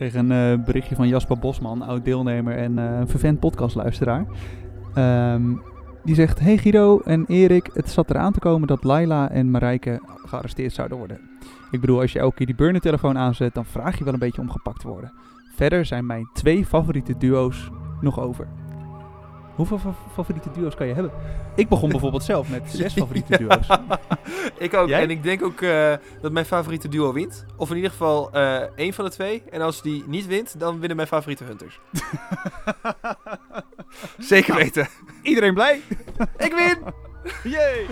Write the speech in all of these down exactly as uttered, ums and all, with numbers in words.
kreeg een uh, berichtje van Jasper Bosman, oud-deelnemer en uh, een vervent podcastluisteraar. Um, die zegt, hey Guido en Erik, het zat eraan te komen dat Laila en Marijke gearresteerd zouden worden. Ik bedoel, als je elke keer die burner-telefoon aanzet, dan vraag je wel een beetje om gepakt te worden. Verder zijn mijn twee favoriete duo's nog over. Hoeveel fa- favoriete duo's kan je hebben? Ik begon bijvoorbeeld zelf met zes favoriete duo's. Ja, ik ook. Jij? En ik denk ook uh, dat mijn favoriete duo wint. Of in ieder geval uh, één van de twee. En als die niet wint, dan winnen mijn favoriete hunters. Zeker weten. Iedereen blij? Ik win! Yay!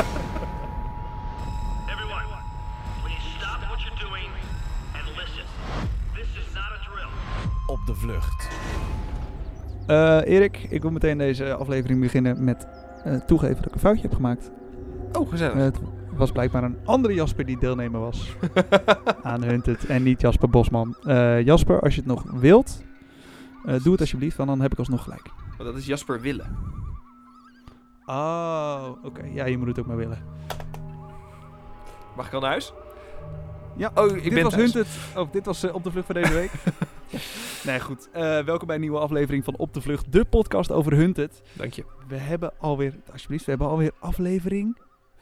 Everyone, please stop what you're doing and listen. This is not a drill. Op de vlucht. Uh, Erik, ik wil meteen deze aflevering beginnen met uh, toegeven dat ik een foutje heb gemaakt. Oh, gezellig. Uh, het was blijkbaar een andere Jasper die deelnemer was aan Hunted en niet Jasper Bosman. Uh, Jasper, als je het nog wilt, uh, doe het alsjeblieft, want dan heb ik alsnog gelijk. Maar dat is Jasper Willen. Oh, oké. Okay. Ja, je moet het ook maar willen. Mag ik al naar huis? Ja, oh, ik dit ben was thuis. Hunted. Oh, dit was uh, Op de Vlucht voor deze week. Nee, goed. Uh, welkom bij een nieuwe aflevering van Op de Vlucht, de podcast over Hunted. Dank je. We hebben alweer, alsjeblieft, we hebben alweer aflevering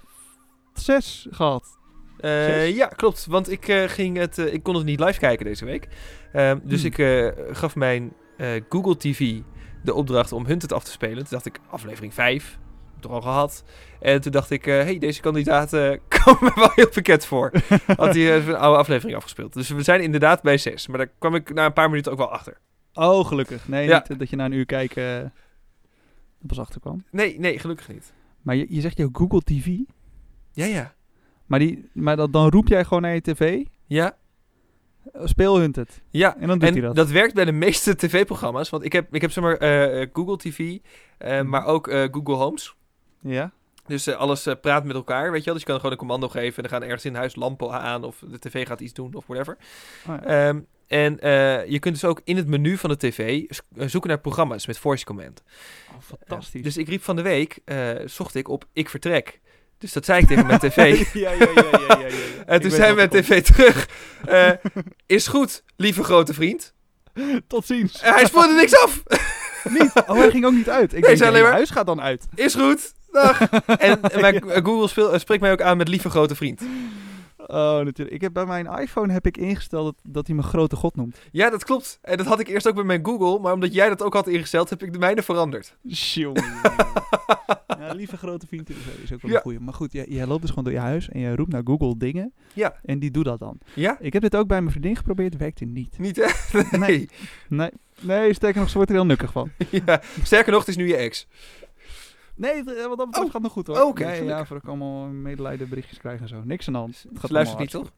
zes gehad. Uh, ja, klopt. Want ik, uh, ging het, uh, ik kon het niet live kijken deze week. Uh, dus hmm. ik uh, gaf mijn uh, Google T V de opdracht om Hunted af te spelen. Toen dacht ik, aflevering vijf, toch al gehad. En toen dacht ik, uh, hey, deze kandidaten komen me wel heel bekend voor. Had hij uh, een oude aflevering afgespeeld. Dus we zijn inderdaad bij zes. Maar daar kwam ik na een paar minuten ook wel achter. Oh, gelukkig. Nee, ja. niet uh, dat je na een uur kijken uh, pas achterkwam. Nee, nee, gelukkig niet. Maar je, je zegt jouw Google T V? Ja, ja. Maar, die, maar dat, dan roep jij gewoon naar je tv? Ja. Speel Hunted. Ja, en dan doet en hij dat. dat werkt bij de meeste tv-programma's. Want ik heb, ik heb zeg maar uh, Google T V, uh, mm. maar ook uh, Google Homes. Ja. Dus uh, alles uh, praat met elkaar, weet je wel. Dus je kan gewoon een commando geven en dan gaan ergens in huis lampen aan of de tv gaat iets doen of whatever. Oh, ja. um, en uh, je kunt dus ook in het menu van de tv zoeken naar programma's met voice command. Oh, fantastisch. Uh, dus ik riep van de week, uh, zocht ik op ik vertrek. Dus dat zei ik tegen mijn tv. ja, ja, ja, ja, ja, ja, ja. En toen zei mijn tv terug. Uh, is goed, lieve grote vriend. Tot ziens. Uh, hij spoorde niks af. Niet? Oh, hij ging ook niet uit. Ik nee, denk, alleen maar, huis gaat dan uit. Is goed, dag. En mijn ja. Google speel, uh, spreekt mij ook aan met lieve grote vriend. Oh, natuurlijk. Ik heb bij mijn iPhone heb ik ingesteld dat, dat hij me grote god noemt. Ja, dat klopt. En dat had ik eerst ook bij mijn Google, maar omdat jij dat ook had ingesteld, heb ik de mijne veranderd. Jongen. Ja, lieve grote vriend is ook wel ja. een goeie. Maar goed, jij, jij loopt dus gewoon door je huis en jij roept naar Google dingen. Ja. En die doet dat dan. Ja? Ik heb dit ook bij mijn vriendin geprobeerd, werkte niet. Niet, hè? Nee. Nee, nee, nee sterker nog, ze wordt er heel nukkig van. Ja, sterker nog, het is nu je ex. Nee, wat dat betreft oh. gaat nog goed hoor. Oh, oké. Nee, ja, voor ik allemaal medelijden berichtjes krijgen en zo. Niks aan de hand. Het gaat luistert niet, toch?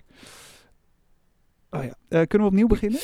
Oh ja. Uh, kunnen we opnieuw beginnen?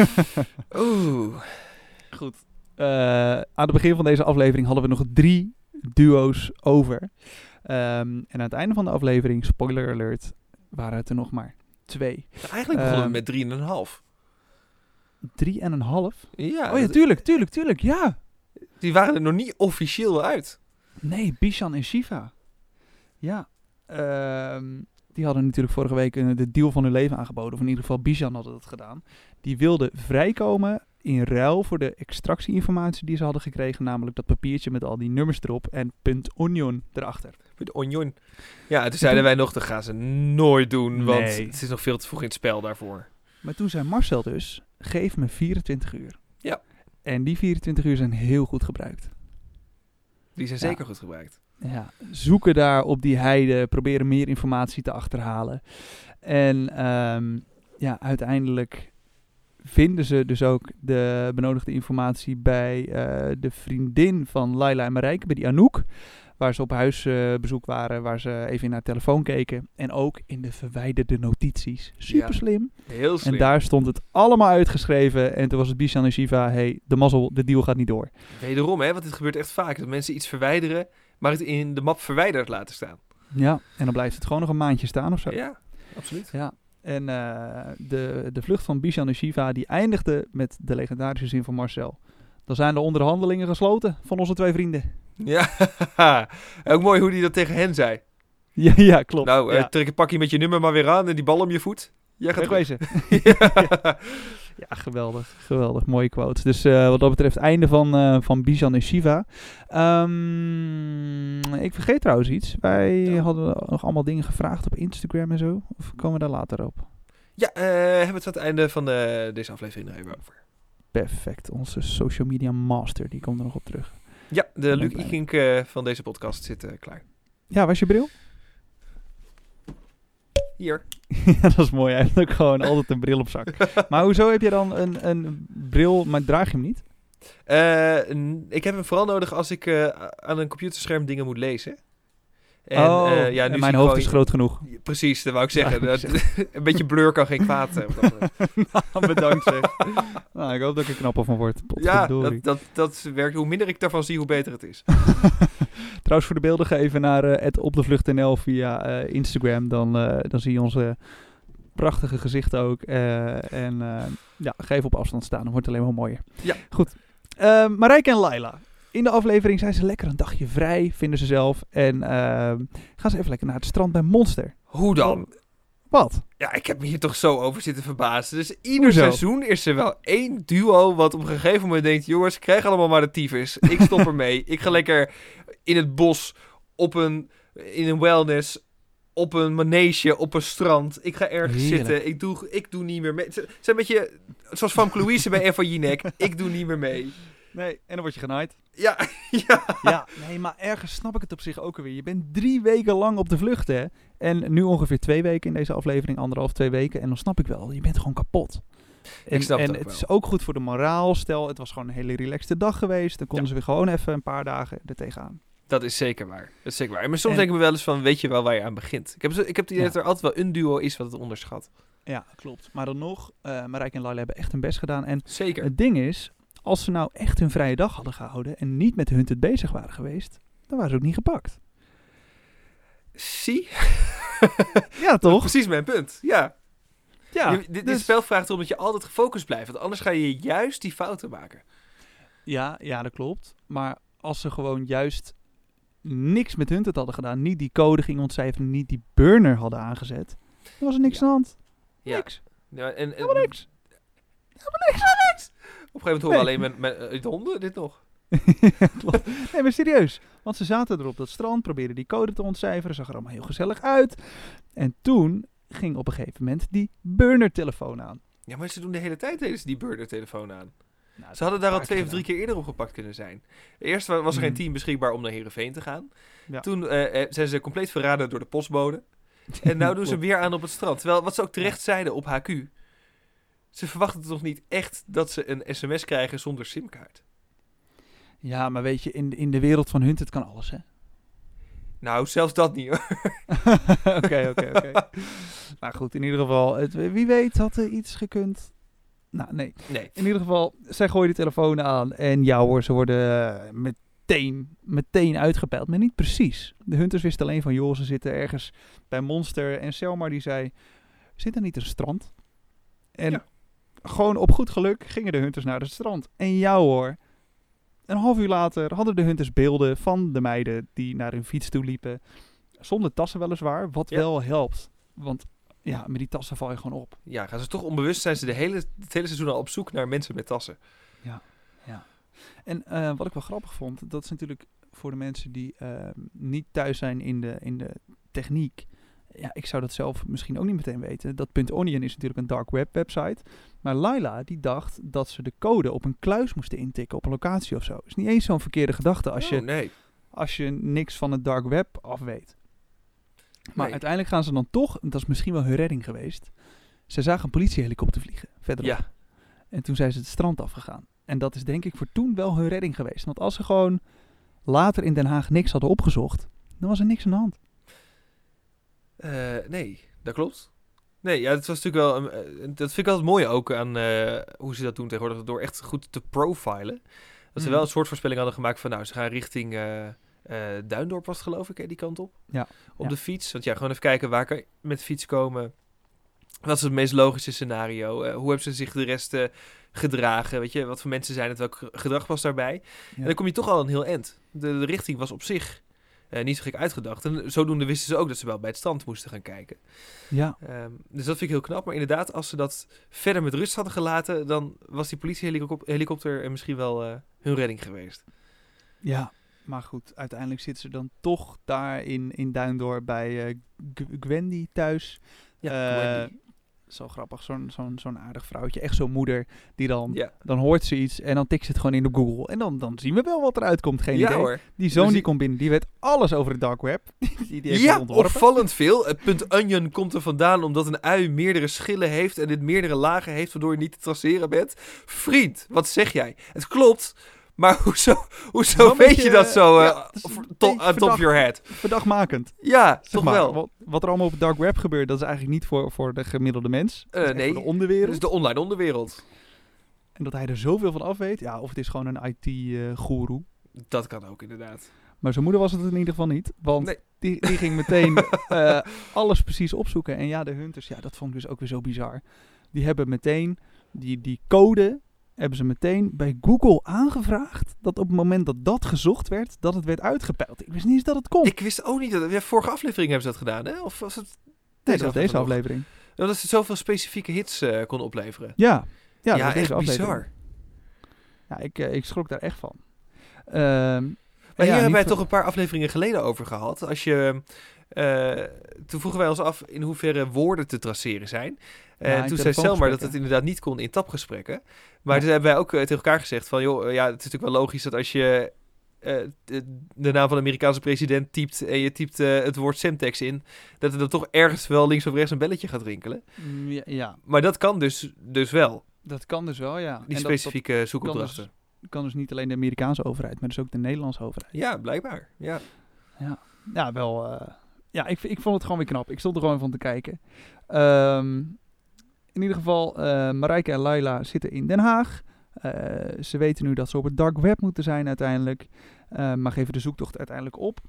Oeh. Goed. Uh, aan het begin van deze aflevering hadden we nog drie duo's over. Um, en aan het einde van de aflevering, spoiler alert, waren het er nog maar twee. Ja, eigenlijk begonnen um, we met drie en een half. Drie en een half? Ja. Oh ja, tuurlijk, tuurlijk, tuurlijk, ja. Die waren er nog niet officieel uit. Nee, Bishan en Shiva. Ja. Um, die hadden natuurlijk vorige week uh, de deal van hun leven aangeboden. Of in ieder geval Bishan had het gedaan. Die wilden vrijkomen in ruil voor de extractieinformatie die ze hadden gekregen. Namelijk dat papiertje met al die nummers erop en .onion erachter. .onion. Ja, toen zeiden wij nog, dat gaan ze nooit doen. Want nee. het is nog veel te vroeg in het spel daarvoor. Maar toen zei Marcel dus, geef me vierentwintig uur. Ja. En die vierentwintig uur zijn heel goed gebruikt. Die zijn ja. zeker goed gebruikt. Ja, zoeken daar op die heide, proberen meer informatie te achterhalen. En um, ja, uiteindelijk vinden ze dus ook de benodigde informatie bij uh, de vriendin van Laila en Marijke, bij die Anouk. Waar ze op huisbezoek uh, waren, waar ze even in haar telefoon keken. En ook in de verwijderde notities. Super slim. Ja, heel slim. En daar stond het allemaal uitgeschreven. En toen was het Bishan en Shiva, hey, de mazzel, de deal gaat niet door. Wederom, hè, want dit gebeurt echt vaak. Dat mensen iets verwijderen, maar het in de map verwijderd laten staan. Ja, en dan blijft het gewoon nog een maandje staan of zo. Ja, absoluut. Ja. En uh, de, de vlucht van Bishan en Shiva, die eindigde met de legendarische zin van Marcel. Dan zijn de onderhandelingen gesloten van onze twee vrienden. Ja, ook mooi hoe hij dat tegen hen zei. Ja, ja klopt. Nou, uh, ja. trek een pakje met je nummer maar weer aan en die bal om je voet. Jij gaat wegwezen. ja. Ja, geweldig. Geweldig. Mooie quotes. Dus uh, wat dat betreft einde van, uh, van Bijan en Shiva. Um, ik vergeet trouwens iets. Wij ja. hadden nog allemaal dingen gevraagd op Instagram en zo. Of komen we daar later op? Ja, uh, hebben we het aan het einde van de, deze aflevering nog even over. Perfect. Onze social media master, die komt er nog op terug. Ja, de Luc Ikink uh, van deze podcast zit uh, klaar. Ja, waar is je bril? Hier. Ja, dat is mooi. Hij heeft ook gewoon altijd een bril op zak. Maar hoezo heb je dan een, een bril, maar draag je hem niet? Uh, n- ik heb hem vooral nodig als ik uh, aan een computerscherm dingen moet lezen. En, oh, uh, ja, nu en mijn hoofd gewoon... is groot genoeg. Precies, dat wou ik zeggen. Ja, dat, een beetje blur kan geen kwaad. Uh, nou, bedankt zeg. Nou, ik hoop dat ik er knapper van word. Ja, dat, dat, dat werkt. Hoe minder ik daarvan zie, hoe beter het is. Trouwens, voor de beelden ga even naar uh, het op de vlucht N L via uh, Instagram. Dan, uh, dan zie je onze prachtige gezichten ook. Uh, en uh, ja, ga even op afstand staan. Dan wordt het alleen maar mooier. Ja. Goed. Uh, Marijke en Laila. In de aflevering zijn ze lekker een dagje vrij, vinden ze zelf. En uh, gaan ze even lekker naar het strand bij Monster. Hoe dan? Wat? Ja, ik heb me hier toch zo over zitten verbazen. Dus ieder Hoezo? seizoen is er wel één duo wat op een gegeven moment denkt... jongens, krijg allemaal maar de tyfus. Ik stop ermee. Ik ga lekker in het bos, op een, in een wellness, op een manege, op een strand. Ik ga ergens Heerlijk. zitten. Ik doe, ik doe niet meer mee. Het is een beetje zoals Famke Louise bij Eva Jinek. Ik doe niet meer mee. Nee, en dan word je genaaid. Ja, ja. Ja, nee, maar ergens snap ik het op zich ook alweer. Je bent drie weken lang op de vlucht, hè. En nu ongeveer twee weken in deze aflevering, anderhalf, twee weken. En dan snap ik wel, je bent gewoon kapot. En, ik snap en het, het wel. is ook goed voor de moraal. Stel, het was gewoon een hele relaxte dag geweest. Dan konden Ja. ze weer gewoon even een paar dagen er tegenaan. Dat is zeker waar. Dat is zeker waar. Maar soms En- denk ik me wel eens van, weet je wel waar je aan begint? Ik heb, zo, ik heb het idee Ja. dat er altijd wel een duo is wat het onderschat. Ja, klopt. Maar dan nog, uh, Marijke en Laila hebben echt hun best gedaan. En Zeker. het ding is, als ze nou echt hun vrije dag hadden gehouden en niet met Hunted bezig waren geweest, dan waren ze ook niet gepakt. Zie? Ja, toch? Precies mijn punt. Ja. Ja, Je, dit, dit dus- spel vraagt erom dat je altijd gefocust blijft. Want anders ga je juist die fouten maken. Ja, ja, dat klopt. Maar als ze gewoon juist niks met Hunted hadden gedaan, niet die code gingen ontcijferen, niet die burner hadden aangezet, dan was er niks Ja. aan de hand. Ja. Niks. Ja, en, en, Helemaal niks. Helemaal niks. niks. Op een gegeven moment horen we Nee. alleen met, met, met de honden dit nog. Ja, klopt. Nee, maar serieus. Want ze zaten er op dat strand, probeerden die code te ontcijferen, zag er allemaal heel gezellig uit. En toen ging op een gegeven moment die burner-telefoon aan. Ja, maar ze doen de hele tijd deden ze die burner-telefoon aan. Nou, Ze hadden daar al paar twee of keer drie keer eerder op gepakt kunnen zijn. Eerst wa- was er geen Mhm. team beschikbaar om naar Heerenveen te gaan. Ja. Toen eh, eh, zijn ze compleet verraden door de postbode. En nu doen ze Klopt. weer aan op het strand. Terwijl, wat ze ook terecht zeiden op H Q... ze verwachten toch niet echt dat ze een sms krijgen zonder simkaart? Ja, maar weet je, in, in de wereld van Hunted kan alles, hè? Nou, zelfs dat niet hoor. Oké, oké, oké. Nou goed, in ieder geval, het, wie weet had er iets gekund. Nou, nee. Nee. In ieder geval, zij gooien die telefoon aan en ja hoor, ze worden uh, meteen, meteen uitgepeild. Maar niet precies. De Hunters wisten alleen van, joh, ze zitten ergens bij Monster. En Selma die zei, zit er niet een strand? En Ja. gewoon op goed geluk gingen de Hunters naar het strand. En ja hoor, een half uur later hadden de Hunters beelden van de meiden die naar hun fiets toe liepen. Zonder tassen weliswaar, wat Ja. wel helpt. Want ja, met die tassen val je gewoon op. Ja, gaan ze toch onbewust zijn ze de hele, het hele seizoen al op zoek naar mensen met tassen. En uh, wat ik wel grappig vond, dat is natuurlijk voor de mensen die uh, niet thuis zijn in de, in de techniek. Ja, ik zou dat zelf misschien ook niet meteen weten. Dat .onion is natuurlijk een dark web website. Maar Laila die dacht dat ze de code op een kluis moesten intikken op een locatie of zo. Is niet eens zo'n verkeerde gedachte als, Oh, je, nee. als je niks van het dark web af weet. Maar Nee. uiteindelijk gaan ze dan toch, en dat is misschien wel hun redding geweest. Ze zagen een politiehelikopter vliegen verderop. Ja. En toen zijn ze het strand afgegaan. En dat is denk ik voor toen wel hun redding geweest. Want als ze gewoon later in Den Haag niks hadden opgezocht, dan was er niks aan de hand. Uh, nee, dat klopt. Nee, ja, dat was natuurlijk wel... Um, uh, dat vind ik altijd mooi ook aan uh, hoe ze dat doen tegenwoordig. Door echt goed te profilen. Dat ze Mm. wel een soort voorspelling hadden gemaakt van... Nou, ze gaan richting uh, uh, Duindorp was het geloof ik, hè, die kant op. Ja. Op Ja. de fiets. Want ja, gewoon even kijken waar kan je met de fiets komen. Wat is het meest logische scenario? Uh, hoe hebben ze zich de rest uh, gedragen? Weet je, wat voor mensen zijn het? Welk gedrag was daarbij? Ja. En dan kom je toch al een heel eind. De, de richting was op zich uh, niet zo gek uitgedacht. En zodoende wisten ze ook dat ze wel bij het strand moesten gaan kijken. Ja. Um, dus dat vind ik heel knap. Maar inderdaad, als ze dat verder met rust hadden gelaten, dan was die politiehelikopter er misschien wel uh, hun redding geweest. Ja, maar goed, uiteindelijk zitten ze dan toch daar in, in Duindorp bij uh, G- Gwendy thuis. Ja, Uh, Gwendy. Zo grappig, zo'n, zo'n, zo'n aardig vrouwtje. Echt zo'n moeder, die dan, Ja. dan hoort ze iets en dan tikt ze het gewoon in op Google. En dan, dan zien we wel wat eruit komt, geen ja idee. hoor. Die zoon Dus die die- komt binnen, die weet alles over het dark web. die, die heeft Ja, het ontworpen. opvallend veel. Het punt onion komt er vandaan omdat een ui meerdere schillen heeft en dit meerdere lagen heeft, waardoor je niet te traceren bent. Vriend, wat zeg jij? Het klopt, maar hoezo, hoezo Wel een weet beetje, je dat zo uh, ja, het is een top, beetje aan top of verdacht. your head? Verdachtmakend. Ja, Zeg toch maar, wel. Wat, wat er allemaal op het dark web gebeurt, dat is eigenlijk niet voor, voor de gemiddelde mens. Dat is echt nee. voor de onderwereld. Het is de online onderwereld. En dat hij er zoveel van af weet. Ja, of het is gewoon een I T-goeroe. Dat kan ook inderdaad. Maar zijn moeder was het in ieder geval niet. Want Nee. die, die ging meteen uh, alles precies opzoeken. En ja, de hunters, ja, dat vond ik dus ook weer zo bizar. Die hebben meteen die, die code, hebben ze meteen bij Google aangevraagd. Dat op het moment dat dat gezocht werd, dat het werd uitgepeild. Ik wist niet eens dat het kon. Ik wist ook niet dat... Ja, vorige aflevering hebben ze dat gedaan, hè? Of was het nee, deze dat was deze nog? aflevering. Dat ze zoveel specifieke hits uh, kon opleveren. Ja, ja, Ja, dat was echt deze aflevering. bizar. Ja, ik, uh, ik schrok daar echt van. Ehm Maar ja, hier hebben wij niet het toch een paar afleveringen geleden over gehad. Als je, uh, toen vroegen wij ons af in hoeverre woorden te traceren zijn. En Ja, in toen zei Selma dat telefoongesprekken. het inderdaad niet kon in tapgesprekken. Maar Ja. toen hebben wij ook uh, tegen elkaar gezegd van... joh, uh, ja, het is natuurlijk wel logisch dat als je uh, de, de naam van de Amerikaanse president typt... en je typt uh, het woord Semtex in... dat er dan toch ergens wel links of rechts een belletje gaat rinkelen. Mm, Ja, ja, Maar dat kan dus, dus wel, dat kan dus wel, ja. die En dat- dat, specifieke zoekopdrachten. kan dus niet alleen de Amerikaanse overheid, maar dus ook de Nederlandse overheid. Ja, blijkbaar. Ja. Ja, wel. Uh, ja, ik, ik vond het gewoon weer knap. Ik stond er gewoon van te kijken. Um, in ieder geval, uh, Marijke en Laila zitten in Den Haag. Uh, ze weten nu dat ze op het dark web moeten zijn uiteindelijk. Uh, maar geven de zoektocht uiteindelijk op.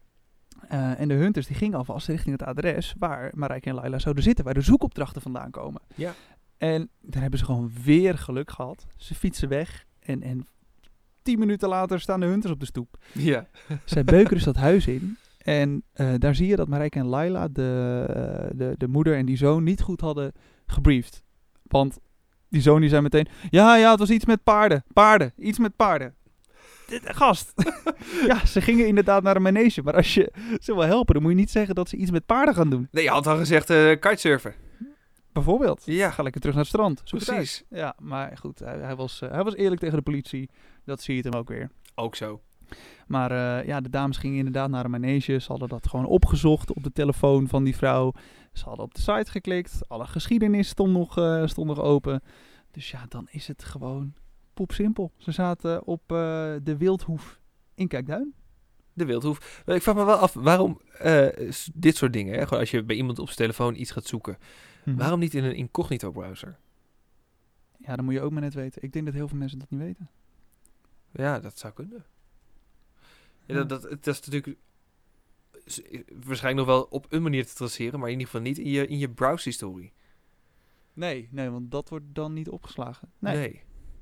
Uh, en de hunters die gingen alvast richting het adres waar Marijke en Laila zouden zitten. Waar de zoekopdrachten vandaan komen. Ja. En daar hebben ze gewoon weer geluk gehad. Ze fietsen weg. En, en tien minuten later staan de hunters op de stoep. Ja. Zij beuken dus dat huis in. En uh, daar zie je dat Marijke en Laila, de, uh, de, de moeder en die zoon, niet goed hadden gebriefd. Want die zoon die zei meteen... Ja, ja, het was iets met paarden. Paarden. Iets met paarden. Dit, gast. Ja, ze gingen inderdaad naar een manege. Maar als je ze wil helpen, dan moet je niet zeggen dat ze iets met paarden gaan doen. Nee, je had al gezegd uh, kitesurfen. Bijvoorbeeld. Ja. Ga lekker terug naar het strand. Zoek het Precies. uit. Ja, maar goed. Hij, hij, was, uh, hij was eerlijk tegen de politie. Dat zie je het hem ook weer. Ook zo. Maar uh, ja, de dames gingen inderdaad naar een manege. Ze hadden dat gewoon opgezocht op de telefoon van die vrouw. Ze hadden op de site geklikt. Alle geschiedenis stond nog, uh, stond nog open. Dus ja, dan is het gewoon poepsimpel. Ze zaten op uh, de Wildhoef in Kijkduin. De Wildhoef. Ik vraag me wel af, waarom uh, dit soort dingen, hè? Gewoon als je bij iemand op zijn telefoon iets gaat zoeken. Hm. Waarom niet in een incognito browser? Ja, dat moet je ook maar net weten. Ik denk dat heel veel mensen dat niet weten. Ja, dat zou kunnen. Ja, dat, dat, dat is natuurlijk waarschijnlijk nog wel op een manier te traceren, maar in ieder geval niet in je, in je browse-historie. Nee, nee, want dat wordt dan niet opgeslagen. Nee. Nee.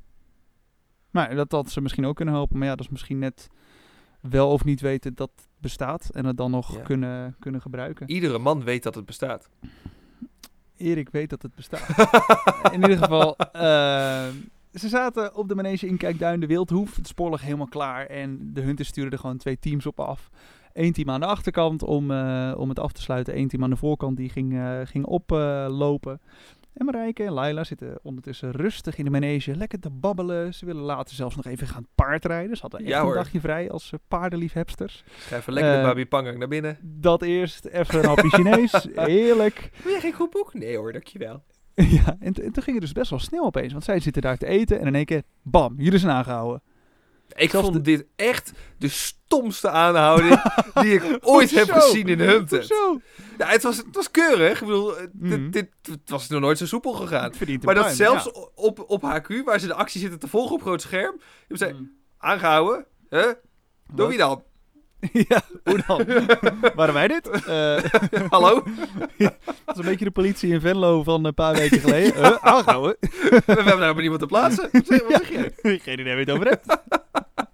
Maar dat had ze misschien ook kunnen helpen. Maar ja, dat is misschien net wel of niet weten dat het bestaat. En het dan nog Ja. kunnen, kunnen gebruiken. Iedere man weet dat het bestaat. Erik weet dat het bestaat. In ieder geval, uh, ze zaten op de manege in Kijkduin, de Wildhoef. Het spoor lag helemaal klaar en de hunters stuurden er gewoon twee teams op af. Eén team aan de achterkant om, uh, om het af te sluiten. Eén team aan de voorkant die ging, uh, ging oplopen. Uh, en Marijke en Laila zitten ondertussen rustig in de manege, lekker te babbelen. Ze willen later zelfs nog even gaan paardrijden. Ze hadden echt Ja, een hoor. dagje vrij als uh, paardenliefhebsters. Ga even lekker Uh, de Babi Pangang naar binnen. Dat eerst, even een hapje Chinees. Heerlijk. Wil jij geen goed boek? Nee hoor, dankjewel. Ja, en, t- en toen ging het dus best wel snel opeens. Want zij zitten daar te eten en in één keer, bam, jullie zijn aangehouden. Ik Zelfs vond de- dit echt de stomste aanhouding die ik ooit heb Hoezo? gezien in Hunted. Zo. Ja, het was, het was keurig. Ik bedoel, eh, Mhm. dit, dit het was nog nooit zo soepel gegaan. Het verdient een Maar dat pluim, zelfs ja. op, op H Q, waar ze de actie zitten te volgen op groot scherm, hebben zij Mm. aangehouden. Hè? Door Wat? wie dan? Ja, hoe dan? Waren wij dit? Uh, Hallo? dat is een beetje de politie in Venlo van een paar weken geleden. Uh, aangehouden. We hebben daar maar niemand te plaatsen. Wat zeg, wat zeg jij? Geen idee waar je het over hebt.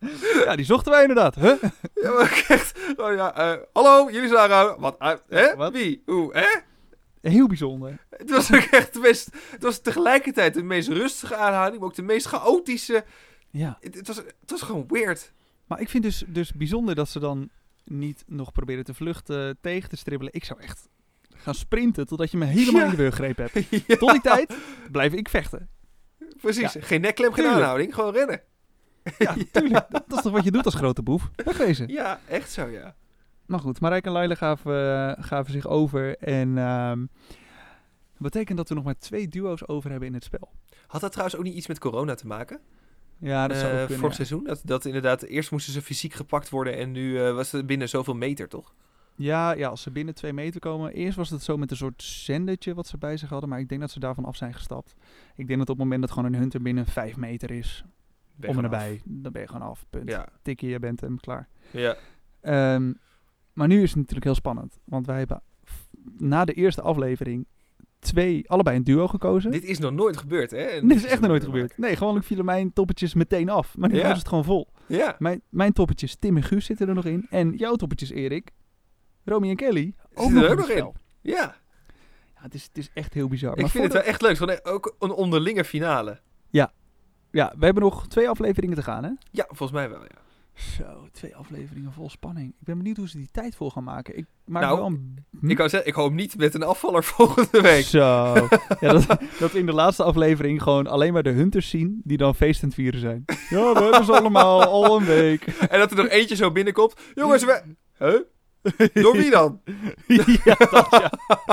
Ja, die zochten wij inderdaad. Huh? Ja, maar ik echt... Oh ja, eh, hallo, jullie zijn aangehouden. Wat? Uh, hè? Wat? Wie? Hoe? Hè? Heel bijzonder. Het was ook echt de meest... Het was tegelijkertijd de meest rustige aanhouding, maar ook de meest chaotische... Ja. Het, het, was, het was gewoon weird. Maar ik vind dus, dus bijzonder dat ze dan niet nog proberen te vluchten, tegen te stribbelen. Ik zou echt gaan sprinten totdat je me helemaal Ja. in de wurggreep hebt. Ja, Tot die tijd blijf ik vechten. precies. Ja. Geen nekklem, geen Tuurlijk. aanhouding. Gewoon rennen. Ja, tuurlijk. Dat, dat is toch wat je doet als grote boef? Wegwezen. Ja, echt zo, ja. Maar goed, Marijke en Laila gaven, uh, gaven zich over. En um, dat betekent dat we nog maar twee duo's over hebben in het spel. Had dat trouwens ook niet iets met corona te maken? Ja, dat zou Uh, ook kunnen, vorig ja. seizoen? Dat, dat inderdaad, eerst moesten ze fysiek gepakt worden en nu uh, was het binnen zoveel meter, toch? Ja, ja, als ze binnen twee meter komen. Eerst was het zo met een soort zendertje wat ze bij zich hadden. Maar ik denk dat ze daarvan af zijn gestapt. Ik denk dat op het moment dat gewoon een hunter binnen vijf meter is, Ben om en gewoon nabij, dan ben je gewoon af. Punt. Ja. Tikkie, je bent hem, klaar. Ja. Um, maar nu is het natuurlijk heel spannend. Want wij hebben f- na de eerste aflevering twee, allebei een duo gekozen. Dit is nog nooit gebeurd, hè? En Dit is echt nog nooit gebeurd. Nee, gewoonlijk vielen mijn toppetjes meteen af. Maar nu Ja. is het gewoon vol. Ja. Mijn, mijn toppetjes Tim en Guus zitten er nog in. En jouw toppetjes Erik, Romy en Kelly ook Zitten nog er in ook het nog spel. Ja. Ja, het is, het is echt heel bizar. Ik Maar vind het voordat- wel echt leuk. Gewoon ook een onderlinge finale. Ja, we hebben nog twee afleveringen te gaan, hè? Ja, volgens mij wel, ja. Zo, twee afleveringen vol spanning. Ik ben benieuwd hoe ze die tijd vol gaan maken. Ik maak Nou, wel een... Hm? Ik, wou zeggen, ik hoop niet met een afvaller volgende week. Zo. Ja, dat, dat we in de laatste aflevering gewoon alleen maar de hunters zien die dan feestend vieren zijn. Ja, we hebben ze allemaal al een week. En dat er nog eentje zo binnenkomt. Jongens, we... Huh? Door wie dan? Ja, dat ja.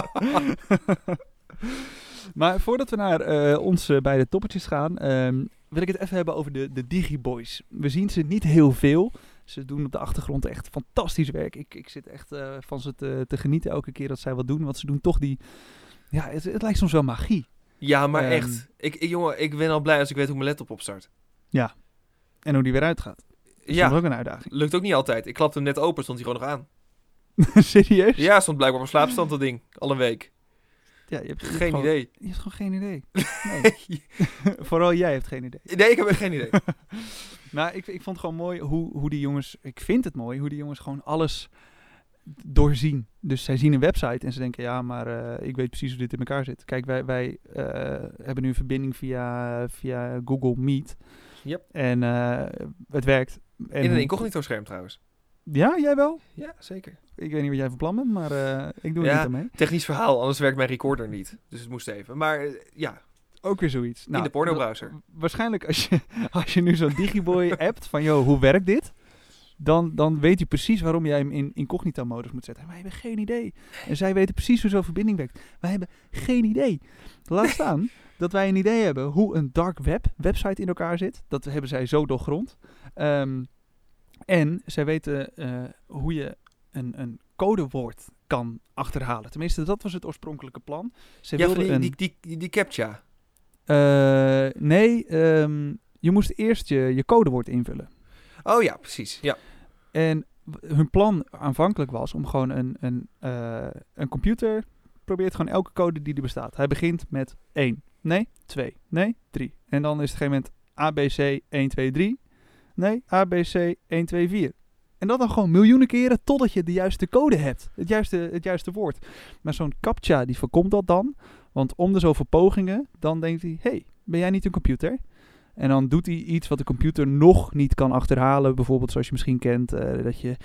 Maar voordat we naar uh, onze beide toppertjes gaan, um, wil ik het even hebben over de, de Digiboys. We zien ze niet heel veel. Ze doen op de achtergrond echt fantastisch werk. Ik, ik zit echt uh, van ze te, te genieten elke keer dat zij wat doen. Want ze doen toch die... Ja, het, het lijkt soms wel magie. Ja, maar Um, echt. Ik, ik, jongen, ik ben al blij als ik weet hoe mijn laptop opstart. Ja. En hoe die weer uitgaat. Dat is Ja, ook een uitdaging. lukt ook niet altijd. Ik klapte hem net open, stond hij gewoon nog aan. Serieus? Ja, stond blijkbaar op slaapstand dat ding. Al een week. Ja, je hebt, je hebt Geen gewoon- idee. Je hebt gewoon geen idee. Nee. Vooral jij hebt geen idee. Nee, ik heb echt geen idee. Maar ik, ik vond het gewoon mooi hoe, hoe die jongens... Ik vind het mooi hoe die jongens gewoon alles doorzien. Dus zij zien een website en ze denken... Ja, maar uh, ik weet precies hoe dit in elkaar zit. Kijk, wij, wij uh, hebben nu een verbinding via, via Google Meet. Yep. En uh, het werkt. En In een hoe- incognito scherm trouwens. Ja, jij wel? Ja, zeker. Ik weet niet wat jij van plan bent, maar uh, ik doe er Ja. niet aan mee. Technisch verhaal, anders werkt mijn recorder niet. Dus het moest even. Maar uh, ja, Ook weer zoiets. Nou, in de pornobrowser. wa- Waarschijnlijk als je, als je nu zo'n Digiboy appt van, joh, hoe werkt dit? Dan, dan weet hij precies waarom jij hem in incognito-modus moet zetten. Maar wij hebben geen idee. En zij weten precies hoe zo'n verbinding werkt. Wij hebben geen idee. Laat staan dat wij een idee hebben hoe een dark web website in elkaar zit. Dat hebben zij zo doorgrond. Um, en zij weten uh, hoe je een, een codewoord kan achterhalen. Tenminste, dat was het oorspronkelijke plan. Ze Ja, van wilden die, een... die, die, die, die captcha. Uh, nee, um, je moest eerst je, je codewoord invullen. Oh ja, precies. Ja. En w- hun plan aanvankelijk was om gewoon een, een, uh, een computer probeert gewoon elke code die er bestaat. Hij begint met één, nee, twee, nee, drie. En dan is het op een gegeven moment A B C één, twee, drie. Nee, A B C één, twee, vier. En dat dan gewoon miljoenen keren totdat je de juiste code hebt. Het juiste, het juiste woord. Maar zo'n CAPTCHA die voorkomt dat dan. Want om de zoveel pogingen, dan denkt hij... Hey, ben jij niet een computer? En dan doet hij iets wat de computer nog niet kan achterhalen. Bijvoorbeeld zoals je misschien kent, uh, dat je...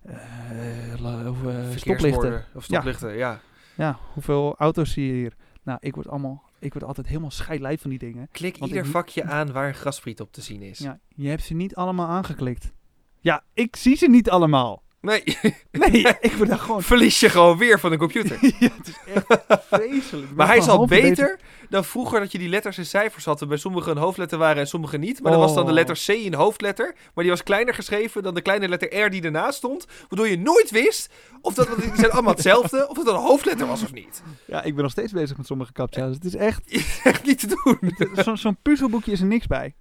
Uh, la- of, uh, stoplichten. Verkeersborden Of stoplichten, ja. ja. Ja, hoeveel auto's zie je hier? Nou, ik word allemaal... Ik word altijd helemaal scheidlijf van die dingen. Klik Want ieder ik- vakje aan waar een graspriet op te zien is. Ja, je hebt ze niet allemaal aangeklikt. Ja, ik zie ze niet allemaal. Nee, Nee, ik word daar gewoon... verlies je gewoon weer van de computer. Ja, het is echt vreselijk. Ik ben Maar hij is gewoon al halverwege- beter dan vroeger dat je die letters en cijfers had. En bij sommigen een hoofdletter waren en sommige niet. Maar dan was dan de Oh. letter C een hoofdletter. Maar die was kleiner geschreven dan de kleine letter R die ernaast stond. Waardoor je nooit wist of dat, die zijn allemaal hetzelfde. Of dat het een hoofdletter was of niet. Ja, ik ben nog steeds bezig met sommige captcha's. Het is echt... Echt niet te doen. Zo, zo'n puzzelboekje is er niks bij.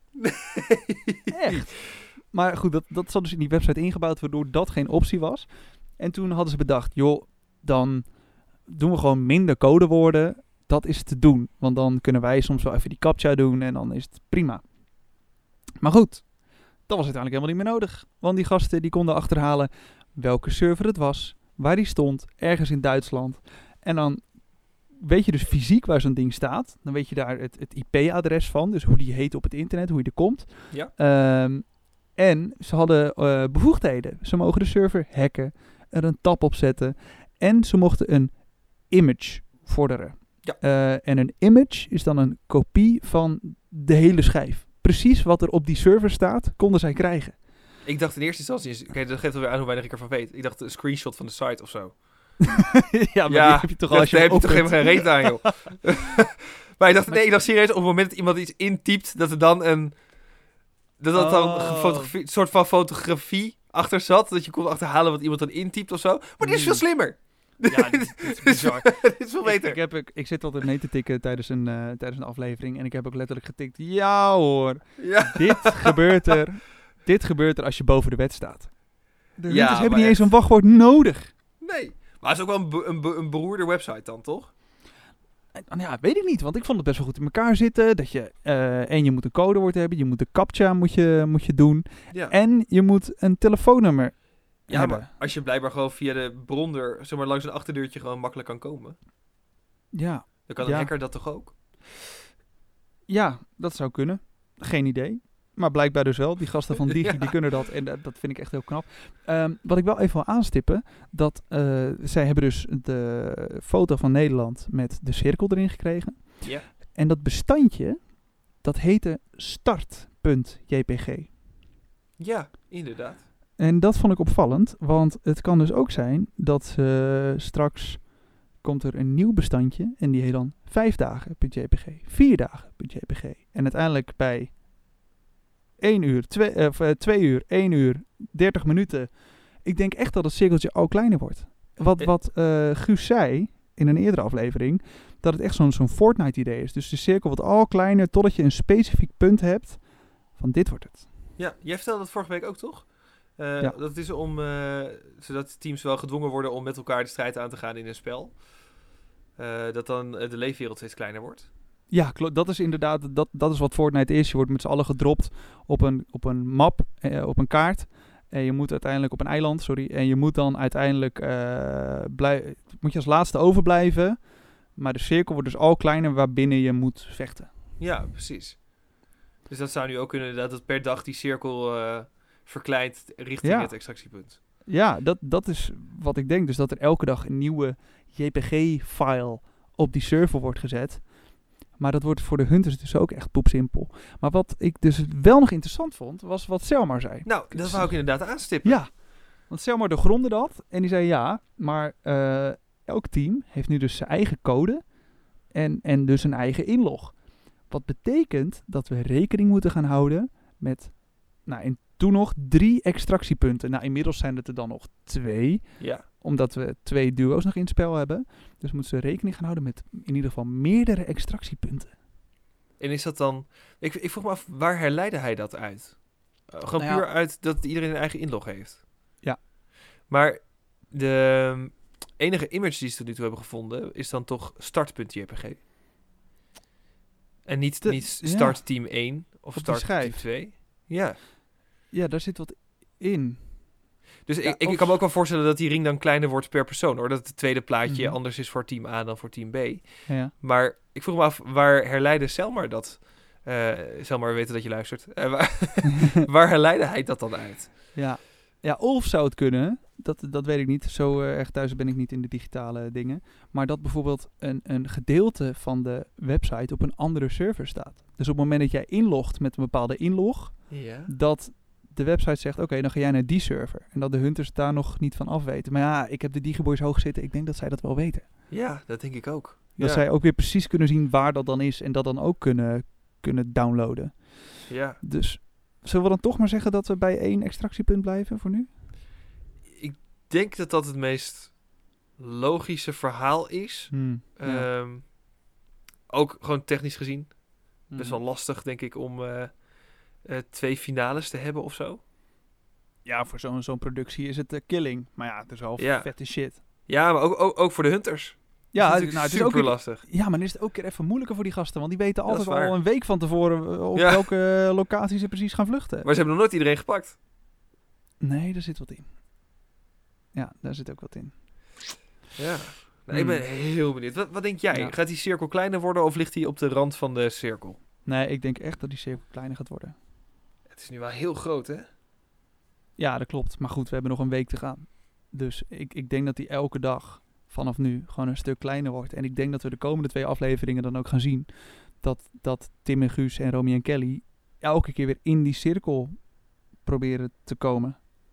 Echt. Maar goed, dat, dat zat dus in die website ingebouwd, waardoor dat geen optie was. En toen hadden ze bedacht, joh, dan doen we gewoon minder codewoorden. Dat is te doen. Want dan kunnen wij soms wel even die captcha doen en dan is het prima. Maar goed, dat was uiteindelijk helemaal niet meer nodig. Want die gasten die konden achterhalen welke server het was, waar die stond, ergens in Duitsland. En dan weet je dus fysiek waar zo'n ding staat. Dan weet je daar het, het I P-adres van, dus hoe die heet op het internet, hoe je er komt. Ja. Um, en ze hadden uh, bevoegdheden. Ze mogen de server hacken, er een tab op zetten en ze mochten een image vorderen. Ja. Uh, en een image is dan een kopie van de hele schijf. Precies wat er op die server staat, konden zij krijgen. Ik dacht in eerste instantie, kijk, dat geeft alweer aan hoe weinig ik ervan weet. Ik dacht een screenshot van de site of zo. ja, maar ja, die heb je toch al als je daar heb je toch opent. geen reet aan, joh. Maar ik dacht, nee, ik dacht serieus, op het moment dat iemand iets intypt, dat er dan een... Dat dat dan Oh. gefotografie- een soort van fotografie achter zat. Dat je kon achterhalen wat iemand dan intypt of zo. Maar dit is veel slimmer. Ja, dit, dit is Dit is bizar. dit is veel Ik, beter. ik, heb, ik, ik zit altijd mee te tikken tijdens een, uh, tijdens een aflevering. En ik heb ook letterlijk getikt. Ja hoor, Ja. dit gebeurt er. Dit gebeurt er als je boven de wet staat. De Ja, hunters hebben maar niet eens echt. een wachtwoord nodig. Nee. Maar het is ook wel een, be- een, be- een beroerde website dan, toch? En, nou ja, weet ik niet, want ik vond het best wel goed in elkaar zitten. Dat je, uh, en je moet een codewoord hebben, je moet de captcha moet je, moet je doen. Ja. En je moet een telefoonnummer Ja, hebben. maar als je blijkbaar gewoon via de bron er, zeg maar, langs een achterdeurtje gewoon makkelijk kan komen. Ja, Dan kan een Ja. hacker dat toch ook? ja, dat zou kunnen. Geen idee. Maar blijkbaar dus wel. Die gasten van Digi, Ja. die kunnen dat. En dat, dat vind ik echt heel knap. Um, wat ik wel even wil aanstippen. Dat uh, zij hebben dus de foto van Nederland met de cirkel erin gekregen. Ja. En dat bestandje, dat heette start.jpg. Ja, inderdaad. En dat vond ik opvallend. Want het kan dus ook zijn dat uh, straks komt er een nieuw bestandje. En die heet dan vijf dagen.jpg. vier dagen.jpg. En uiteindelijk bij één uur, twee, of, uh, twee uur, één uur, dertig minuten. Ik denk echt dat het cirkeltje al kleiner wordt. Wat, wat uh, Guus zei in een eerdere aflevering, dat het echt zo'n zo'n Fortnite-idee is. Dus de cirkel wordt al kleiner totdat je een specifiek punt hebt van dit wordt het. Ja, jij vertelde dat vorige week ook, toch? Uh, Ja. Dat is om, uh, zodat teams wel gedwongen worden om met elkaar de strijd aan te gaan in een spel. Uh, dat dan uh, de leefwereld steeds kleiner wordt. Ja, klo- dat is inderdaad, dat, dat is wat Fortnite is. Je wordt met z'n allen gedropt op een, op een map, eh, op een kaart. En je moet uiteindelijk op een eiland, sorry. En je moet dan uiteindelijk, uh, blij- moet je als laatste overblijven. Maar de cirkel wordt dus al kleiner waarbinnen je moet vechten. Ja, precies. Dus dat zou nu ook kunnen, dat het per dag die cirkel uh, verkleint richting Ja. het extractiepunt. Ja, dat, dat is wat ik denk. Dus dat er elke dag een nieuwe J P G-file op die server wordt gezet. Maar dat wordt voor de hunters dus ook echt poepsimpel. Maar wat ik dus wel nog interessant vond, was wat Selmar zei. Nou, dat wou ik inderdaad aanstippen. Ja, want Selmar doorgrondde dat. En die zei ja, maar uh, elk team heeft nu dus zijn eigen code. En, en dus een eigen inlog. Wat betekent dat we rekening moeten gaan houden met, nou, in toen nog drie extractiepunten. Nou, inmiddels zijn het er dan nog twee. Ja. Omdat we twee duo's nog in het spel hebben. Dus moeten ze rekening gaan houden met in ieder geval meerdere extractiepunten. En is dat dan... Ik, ik vroeg me af, waar herleidde hij dat uit? Uh, gewoon Nou ja. puur uit dat iedereen een eigen inlog heeft. Ja. Maar de um, enige image die ze tot nu toe hebben gevonden is dan toch start.jpg. En niet, De- niet ja. start team één of die start team schijf. twee. Ja. Ja, daar zit wat in. Dus Ja, ik, ik of- kan me ook wel voorstellen dat die ring dan kleiner wordt per persoon, hoor. Dat het tweede plaatje Mhm. anders is voor team A dan voor team B. Ja. Maar ik vroeg me af, waar herleidde Selmar dat? Uh, Selmar, we weten dat je luistert. Uh, waar, waar herleidde hij dat dan uit? Ja. Ja, of zou het kunnen, dat, dat weet ik niet. Zo uh, erg thuis ben ik niet in de digitale dingen. Maar dat bijvoorbeeld een, een gedeelte van de website op een andere server staat. Dus op het moment dat jij inlogt met een bepaalde inlog, Ja. dat de website zegt, oké, okay, dan ga jij naar die server. En dat de hunters daar nog niet van af weten. Maar ja, ik heb de Digiboys hoog zitten. Ik denk dat zij dat wel weten. Ja, dat denk ik ook. Dat ja. zij ook weer precies kunnen zien waar dat dan is. En dat dan ook kunnen, kunnen downloaden. Ja. Dus zullen we dan toch maar zeggen dat we bij één extractiepunt blijven voor nu? Ik denk dat dat het meest logische verhaal is. Hmm, ja. Um, ook gewoon technisch gezien. Best Mhm. wel lastig, denk ik, om uh, uh, twee finales te hebben of zo. Ja, voor zo'n zo'n productie is het uh, killing. Maar ja, het is wel Ja. vette shit. Ja, maar ook, ook, ook voor de hunters. Ja, dat is nou, het is super ook weer- lastig. Ja, maar dan is het ook weer even moeilijker voor die gasten. Want die weten Ja, dat altijd is waar. al een week van tevoren eh, op Ja. welke eh, locatie ze precies gaan vluchten. Maar ze hebben nog nooit iedereen gepakt. Nee, daar zit wat in. Ja, daar zit ook wat in. Ja. Nou, ik ben Hmm. heel benieuwd. Wat, wat denk jij? Ja. Gaat die cirkel kleiner worden of ligt hij op de rand van de cirkel? Nee, ik denk echt dat die cirkel kleiner gaat worden. Het is nu wel heel groot, hè? Ja, dat klopt. Maar goed, we hebben nog een week te gaan. Dus ik, ik denk dat die elke dag vanaf nu gewoon een stuk kleiner wordt. En ik denk dat we de komende twee afleveringen dan ook gaan zien dat, dat Tim en Guus en Romy en Kelly elke keer weer in die cirkel proberen te komen.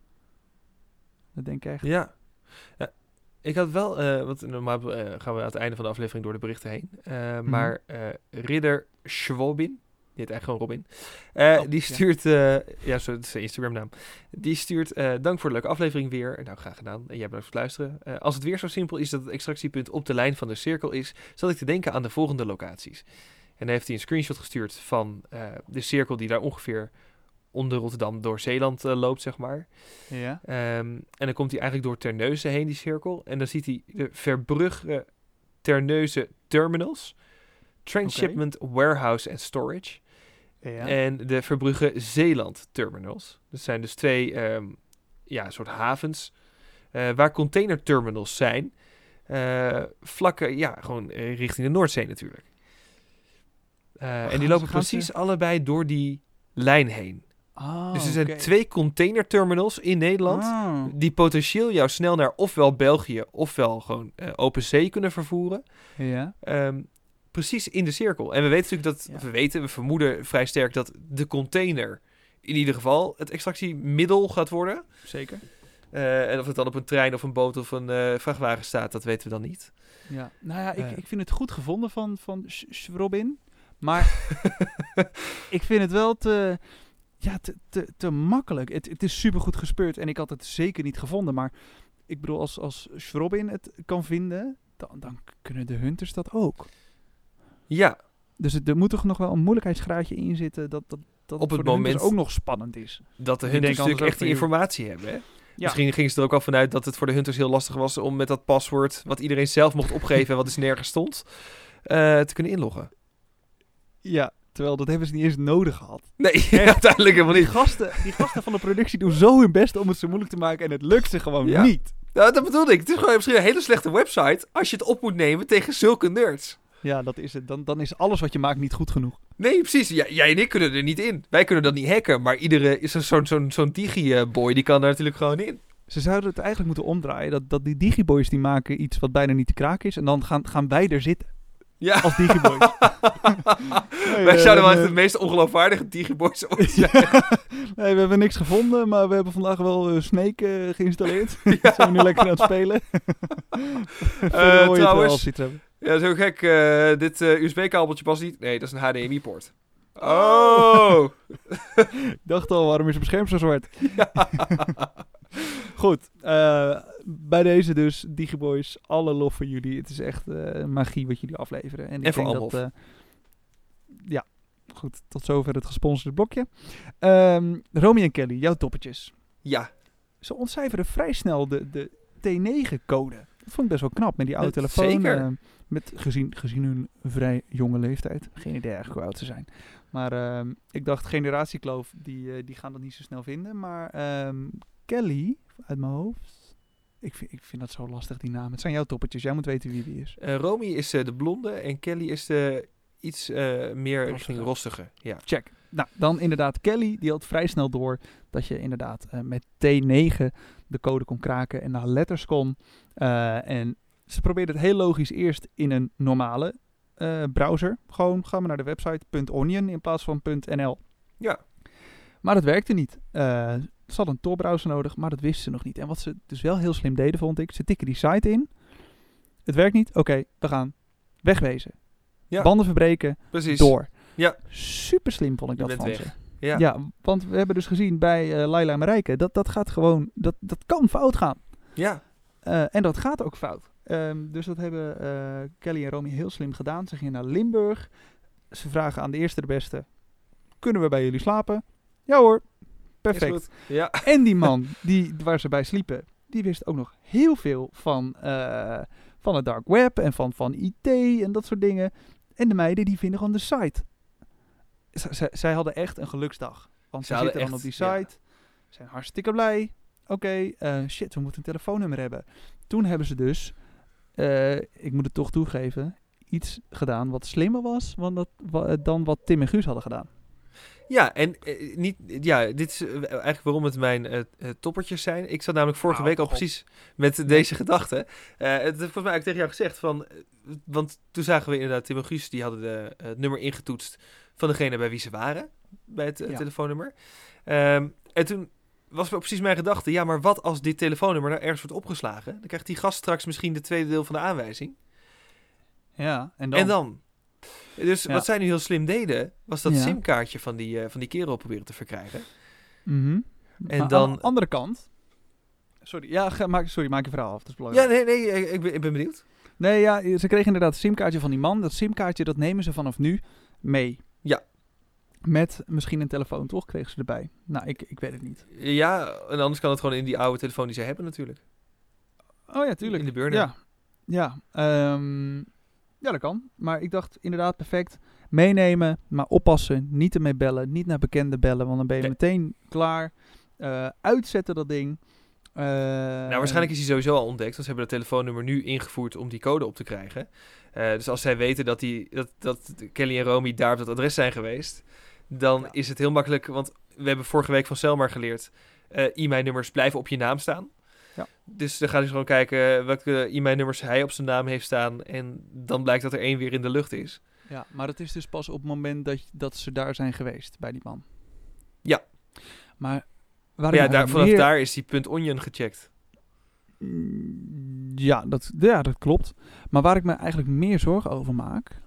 Dat denk ik echt. Ja. ja. Ik had wel, eh want normaal eh, gaan we aan het einde van de aflevering door de berichten heen. Eh, Maar eh, Ridder Schwobin, die heet eigenlijk gewoon Robin, eh, Oh, die ja. stuurt, eh, ja, zo, dat is zijn Instagram naam. Die stuurt, eh, dank voor de leuke aflevering weer. Nou, graag gedaan. En jij bedankt voor het luisteren. Eh, als het weer zo simpel is dat het extractiepunt op de lijn van de cirkel is, zat ik te denken aan de volgende locaties. En dan heeft hij een screenshot gestuurd van eh, de cirkel die daar ongeveer onder Rotterdam door Zeeland eh, loopt, zeg maar. Ja. Ehm, en dan komt hij eigenlijk door Terneuzen heen, die cirkel. En dan ziet hij de Verbrugge Terneuzen Terminals, Transshipment Warehouse and Storage Ja. en de Verbrugge Zeeland Terminals. Dat zijn dus twee ehm, ja, soort havens eh, waar containerterminals zijn. Eh vlakken, ja, gewoon eh, richting de Noordzee natuurlijk. Eh, en gaan die ze- lopen gaan precies ze- allebei door die lijn heen. Ah, Dus er zijn oké. twee containerterminals in Nederland Ah. die potentieel jou snel naar ofwel België ofwel gewoon eh, open zee kunnen vervoeren. Ja. Ehm, precies in de cirkel. En we weten natuurlijk dat, Ja. of we weten, we vermoeden vrij sterk dat de container in ieder geval het extractiemiddel gaat worden. Zeker. Eh, en of het dan op een trein of een boot of een eh, vrachtwagen staat, dat weten we dan niet. Ja. Nou ja, ik, Eh. ik vind het goed gevonden van, van Sch- Schwrobin. Maar ik vind het wel te, ja, te, te, te makkelijk. Het, het is supergoed gespeurd en ik had het zeker niet gevonden. Maar ik bedoel, als, als Schwrobin het kan vinden, dan, dan kunnen de hunters dat ook. Ja, Dus het, er moet toch nog wel een moeilijkheidsgraadje in zitten dat, dat, dat Op het voor de hunters moment- ook nog spannend is. dat de Ik hunters denk natuurlijk anders echt ook die weer- informatie hebben. Hè? Ja. Misschien gingen ze er ook al vanuit dat het voor de hunters heel lastig was om met dat paswoord, wat iedereen zelf mocht opgeven en wat dus nergens stond, eh, te kunnen inloggen. Ja, terwijl dat hebben ze niet eens nodig gehad. Nee, uiteindelijk helemaal Die niet. gasten, die gasten van de productie doen zo hun best om het zo moeilijk te maken en het lukt ze gewoon Ja. niet. Nou, dat bedoelde ik. Het is gewoon misschien een hele slechte website als je het op moet nemen tegen zulke nerds. Ja, dat is het. Dan, dan is alles wat je maakt niet goed genoeg. Nee, precies. Ja, jij en ik kunnen er niet in. Wij kunnen dat niet hacken, maar iedere is zo'n zo'n zo'n digi-boy die kan er natuurlijk gewoon in. Ze zouden het eigenlijk moeten omdraaien. Dat, dat die digiboys die maken iets wat bijna niet te kraken is. En dan gaan, gaan wij er zitten. Ja. Als digiboys. Wij eh, zouden wel echt eh, de meest ongeloofwaardige digiboys ooit zijn. Nee, we hebben niks gevonden, maar we hebben vandaag wel eh, Snake eh, geïnstalleerd. Dat zijn we nu lekker aan het spelen. Verder hoor je het wel trouwens- als je het hebt. Ja, zo gek. eh, dit eh, U S B-kabeltje past niet. Nee, dat is een H D M I-poort. Oh! Ik dacht al, waarom is het beschermd zo zwart? Goed, eh, bij deze dus, Digiboys, alle lof voor jullie. Het is echt eh, magie wat jullie afleveren. En, ik En voor denk Almof. dat, eh, ja, goed, tot zover het gesponsorde blokje. Ehm Romy en Kelly, jouw toppetjes. Ja. Ze ontcijferen vrij snel de, de T negen code. Dat vond ik best wel knap met die oude Eh, telefoon. zeker. eh, met, gezien, gezien hun vrij jonge leeftijd. Geen idee eigenlijk hoe oud ze zijn. Maar ehm, ik dacht, generatiekloof, die, eh, die gaan dat niet zo snel vinden. Maar ehm, Kelly, uit mijn hoofd. Ik vind, ik vind dat zo lastig, die naam. Het zijn jouw toppetjes. Jij moet weten wie wie is. Eh, Romy is eh, de blonde en Kelly is de iets eh, meer Rostige. richting rostige. Ja. Check. Nou, dan inderdaad Kelly. Die had vrij snel door dat je inderdaad eh, met T negen de code kon kraken en naar letters kon. Eh, en ze probeerde het heel logisch eerst in een normale eh, browser. Gewoon, ga maar naar de website .onion in plaats van .nl. Ja. Maar dat werkte niet. Eh, ze hadden een Tor-browser nodig, maar dat wisten ze nog niet. En wat ze dus wel heel slim deden, vond ik, ze tikken die site in. Het werkt niet, oké, we gaan wegwezen. Ja. Banden verbreken, Precies. door. Ja. Super slim vond ik Je dat bent van weg. ze. Ja. Ja, want we hebben dus gezien bij uh, Laila en Marijke, dat, dat gaat gewoon, dat, dat kan fout gaan. Ja. Uh, en dat gaat ook fout. Um, dus dat hebben uh, Kelly en Romy heel slim gedaan. Ze gingen naar Limburg. Ze vragen aan de eerste de beste, kunnen we bij jullie slapen? Ja hoor, perfect. Is goed. Ja. En die man die, waar ze bij sliepen, die wist ook nog heel veel van, uh, van het dark web en van, van I T en dat soort dingen. En de meiden die vinden gewoon de site. Z- z- zij hadden echt een geluksdag. Want ze, Ze zitten hadden dan op echt- die site, zijn hartstikke blij. Oké, okay, uh, shit, we moeten een telefoonnummer hebben. Toen hebben ze dus, uh, ik moet het toch toegeven, iets gedaan wat slimmer was dan, dat, wa, dan wat Tim en Guus hadden gedaan. Ja, en uh, niet, ja, dit is uh, eigenlijk waarom het mijn uh, uh, toppertjes zijn. Ik zat namelijk vorige Nou, week al God. precies met uh, deze gedachte. Uh, het heb volgens mij eigenlijk tegen jou gezegd. Van, uh, want toen zagen we inderdaad Tim en Guus, die hadden de, uh, het nummer ingetoetst van degene bij wie ze waren. Bij het uh, Ja. telefoonnummer. Um, en toen was precies mijn gedachte. Ja, maar wat als dit telefoonnummer nou ergens wordt opgeslagen? Dan krijgt die gast straks misschien de tweede deel van de aanwijzing. Ja, en dan? En dan? Dus Ja. wat zij nu heel slim deden, was dat Ja. simkaartje van die, uh, van die kerel proberen te verkrijgen. Mm-hmm. En Maar dan- aan de andere kant... Sorry, ja, ga, maak, sorry, maak je verhaal af. Dat is Ja, belangrijk. nee, nee, ik, ik, ben, ik ben benieuwd. Nee, ja, ze kregen inderdaad een simkaartje van die man. Dat simkaartje, dat nemen ze vanaf nu mee. Ja. Met misschien een telefoon, toch? Kregen ze erbij. Nou, ik, ik weet het niet. Ja, en anders kan het gewoon in die oude telefoon die ze hebben natuurlijk. Oh ja, tuurlijk. In de burner. Ja, ja, um, ja, dat kan. Maar ik dacht inderdaad perfect. Meenemen, maar oppassen. Niet ermee bellen. Niet naar bekenden bellen. Want dan ben je Nee. meteen klaar. Uh, uitzetten dat ding. Uh, Nou, waarschijnlijk is hij sowieso al ontdekt. Want ze hebben dat telefoonnummer nu ingevoerd om die code op te krijgen. Uh, dus als zij weten dat, die, dat, dat Kelly en Romy daar op dat adres zijn geweest, dan Ja. is het heel makkelijk. Want we hebben vorige week van Selmar geleerd. Uh, e-mailnummers blijven op je naam staan. Ja. Dus dan gaat hij gewoon kijken welke e-mailnummers hij op zijn naam heeft staan. En dan blijkt dat er één weer in de lucht is. Ja, maar het is dus pas op het moment dat, dat ze daar zijn geweest, bij die man. Ja. Maar Maar waar ja, ik daar, nou vanaf meer... daar is die punt onion gecheckt. Mm, Ja dat, ja, dat klopt. Maar waar ik me eigenlijk meer zorgen over maak,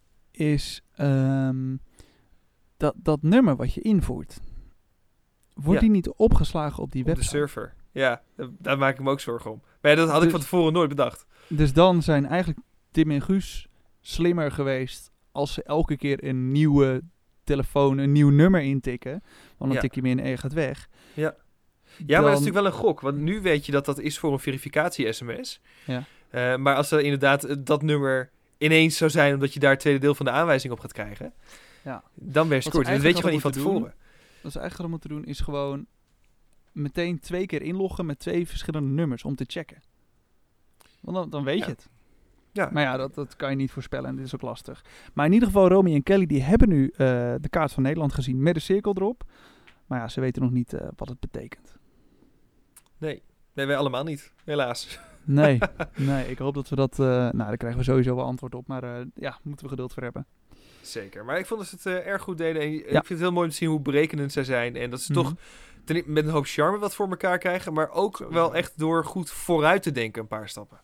is um, dat, dat nummer wat je invoert. Wordt Ja. die niet opgeslagen op die Op de website? server. Ja, daar, daar maak ik me ook zorgen om. Maar ja, dat had ik Dus- van tevoren nooit bedacht. Dus dan zijn eigenlijk Tim en Guus slimmer geweest als ze elke keer een nieuwe telefoon, een nieuw nummer intikken. Want dan Ja. tik je hem in en je gaat weg. Ja. Ja, Dan- maar dat is natuurlijk wel een gok. Want nu weet je dat dat is voor een verificatie-sms. Ja. Uh, maar als er inderdaad uh, dat nummer ineens zou zijn, omdat je daar het tweede deel van de aanwijzing op gaat krijgen, Ja. dan ben je Wat scoort. ze Dat weet je gewoon eigenlijk niet van hadden tevoren. Wat ze eigenlijk hadden moeten doen is gewoon meteen twee keer inloggen met twee verschillende nummers om te checken. Want dan, dan weet Ja. je het. Ja. Maar ja, dat, dat kan je niet voorspellen en dit is ook lastig. Maar in ieder geval, Romy en Kelly die hebben nu uh, de kaart van Nederland gezien met een cirkel erop. Maar ja, ze weten nog niet uh, wat het betekent. Nee. nee, wij allemaal niet. Helaas. Nee, nee, ik hoop dat we dat... Uh, nou, daar krijgen we sowieso wel antwoord op. Maar uh, ja, moeten we geduld voor hebben. Zeker. Maar ik vond dat ze het uh, erg goed deden. En ik Ja. vind het heel mooi om te zien hoe berekenend zij zijn. En dat ze Mhm. toch ten, met een hoop charme wat voor elkaar krijgen. Maar ook Sowieso. wel echt door goed vooruit te denken een paar stappen.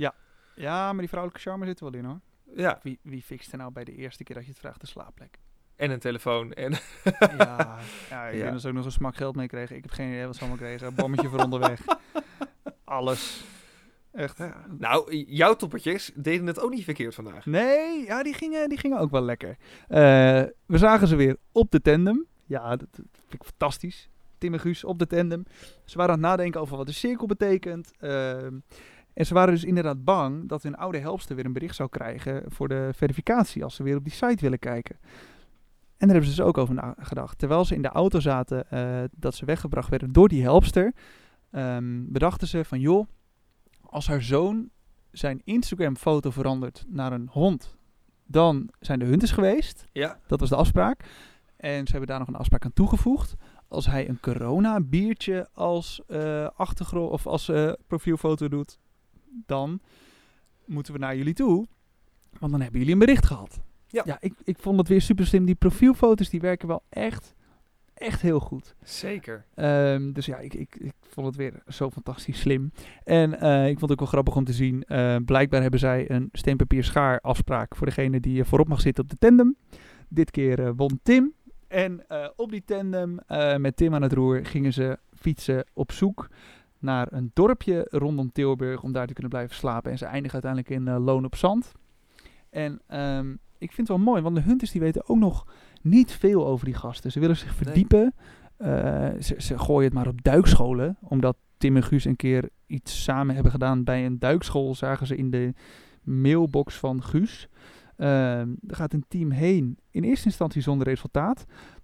Ja, maar die vrouwelijke charme zit er wel in hoor. Ja, Wie, wie fixt er nou bij de eerste keer dat je het vraagt de slaapplek? en een telefoon. En Ja, ja ik Ja. denk dat ze ook nog een smak geld mee kregen. Ik heb geen idee wat ze allemaal kregen. Een bommetje voor onderweg. Alles. Echt. Ja. Nou, jouw toppertjes deden het ook niet verkeerd vandaag. Nee, ja, die gingen, die gingen ook wel lekker. Uh, we zagen ze weer op de tandem. Ja, dat, dat vind ik fantastisch. Tim en Guus op de tandem. Ze waren aan het nadenken over wat de cirkel betekent. Uh, en ze waren dus inderdaad bang dat hun oude helpster weer een bericht zou krijgen voor de verificatie als ze weer op die site willen kijken. En daar hebben ze dus ook over nagedacht. Terwijl ze in de auto zaten, uh, dat ze weggebracht werden door die helpster, um, bedachten ze van joh, als haar zoon zijn Instagram-foto verandert naar een hond, dan zijn de hunters geweest. Ja. Dat was de afspraak. En ze hebben daar nog een afspraak aan toegevoegd. Als hij een corona-biertje als uh, achtergrond of als uh, profielfoto doet, dan moeten we naar jullie toe. Want dan hebben jullie een bericht gehad. Ja. Ja, ik, ik vond het weer super slim. Die profielfoto's die werken wel echt, echt heel goed. Zeker. Um, dus ja, ik, ik, ik vond het weer zo fantastisch slim. En uh, ik vond het ook wel grappig om te zien. Uh, blijkbaar hebben zij een steenpapier schaar afspraak voor degene die uh, voorop mag zitten op de tandem. Dit keer uh, won Tim. En uh, op die tandem uh, met Tim aan het roer gingen ze fietsen op zoek naar een dorpje rondom Tilburg om daar te kunnen blijven slapen. En ze eindigen uiteindelijk in uh, Loon op Zand. En um, ik vind het wel mooi, want de hunters die weten ook nog niet veel over die gasten. Ze willen zich verdiepen. Nee. Uh, ze, ze gooien het maar op duikscholen, omdat Tim en Guus een keer iets samen hebben gedaan bij een duikschool, zagen ze in de mailbox van Guus. Uh, er gaat een team heen, in eerste instantie zonder resultaat,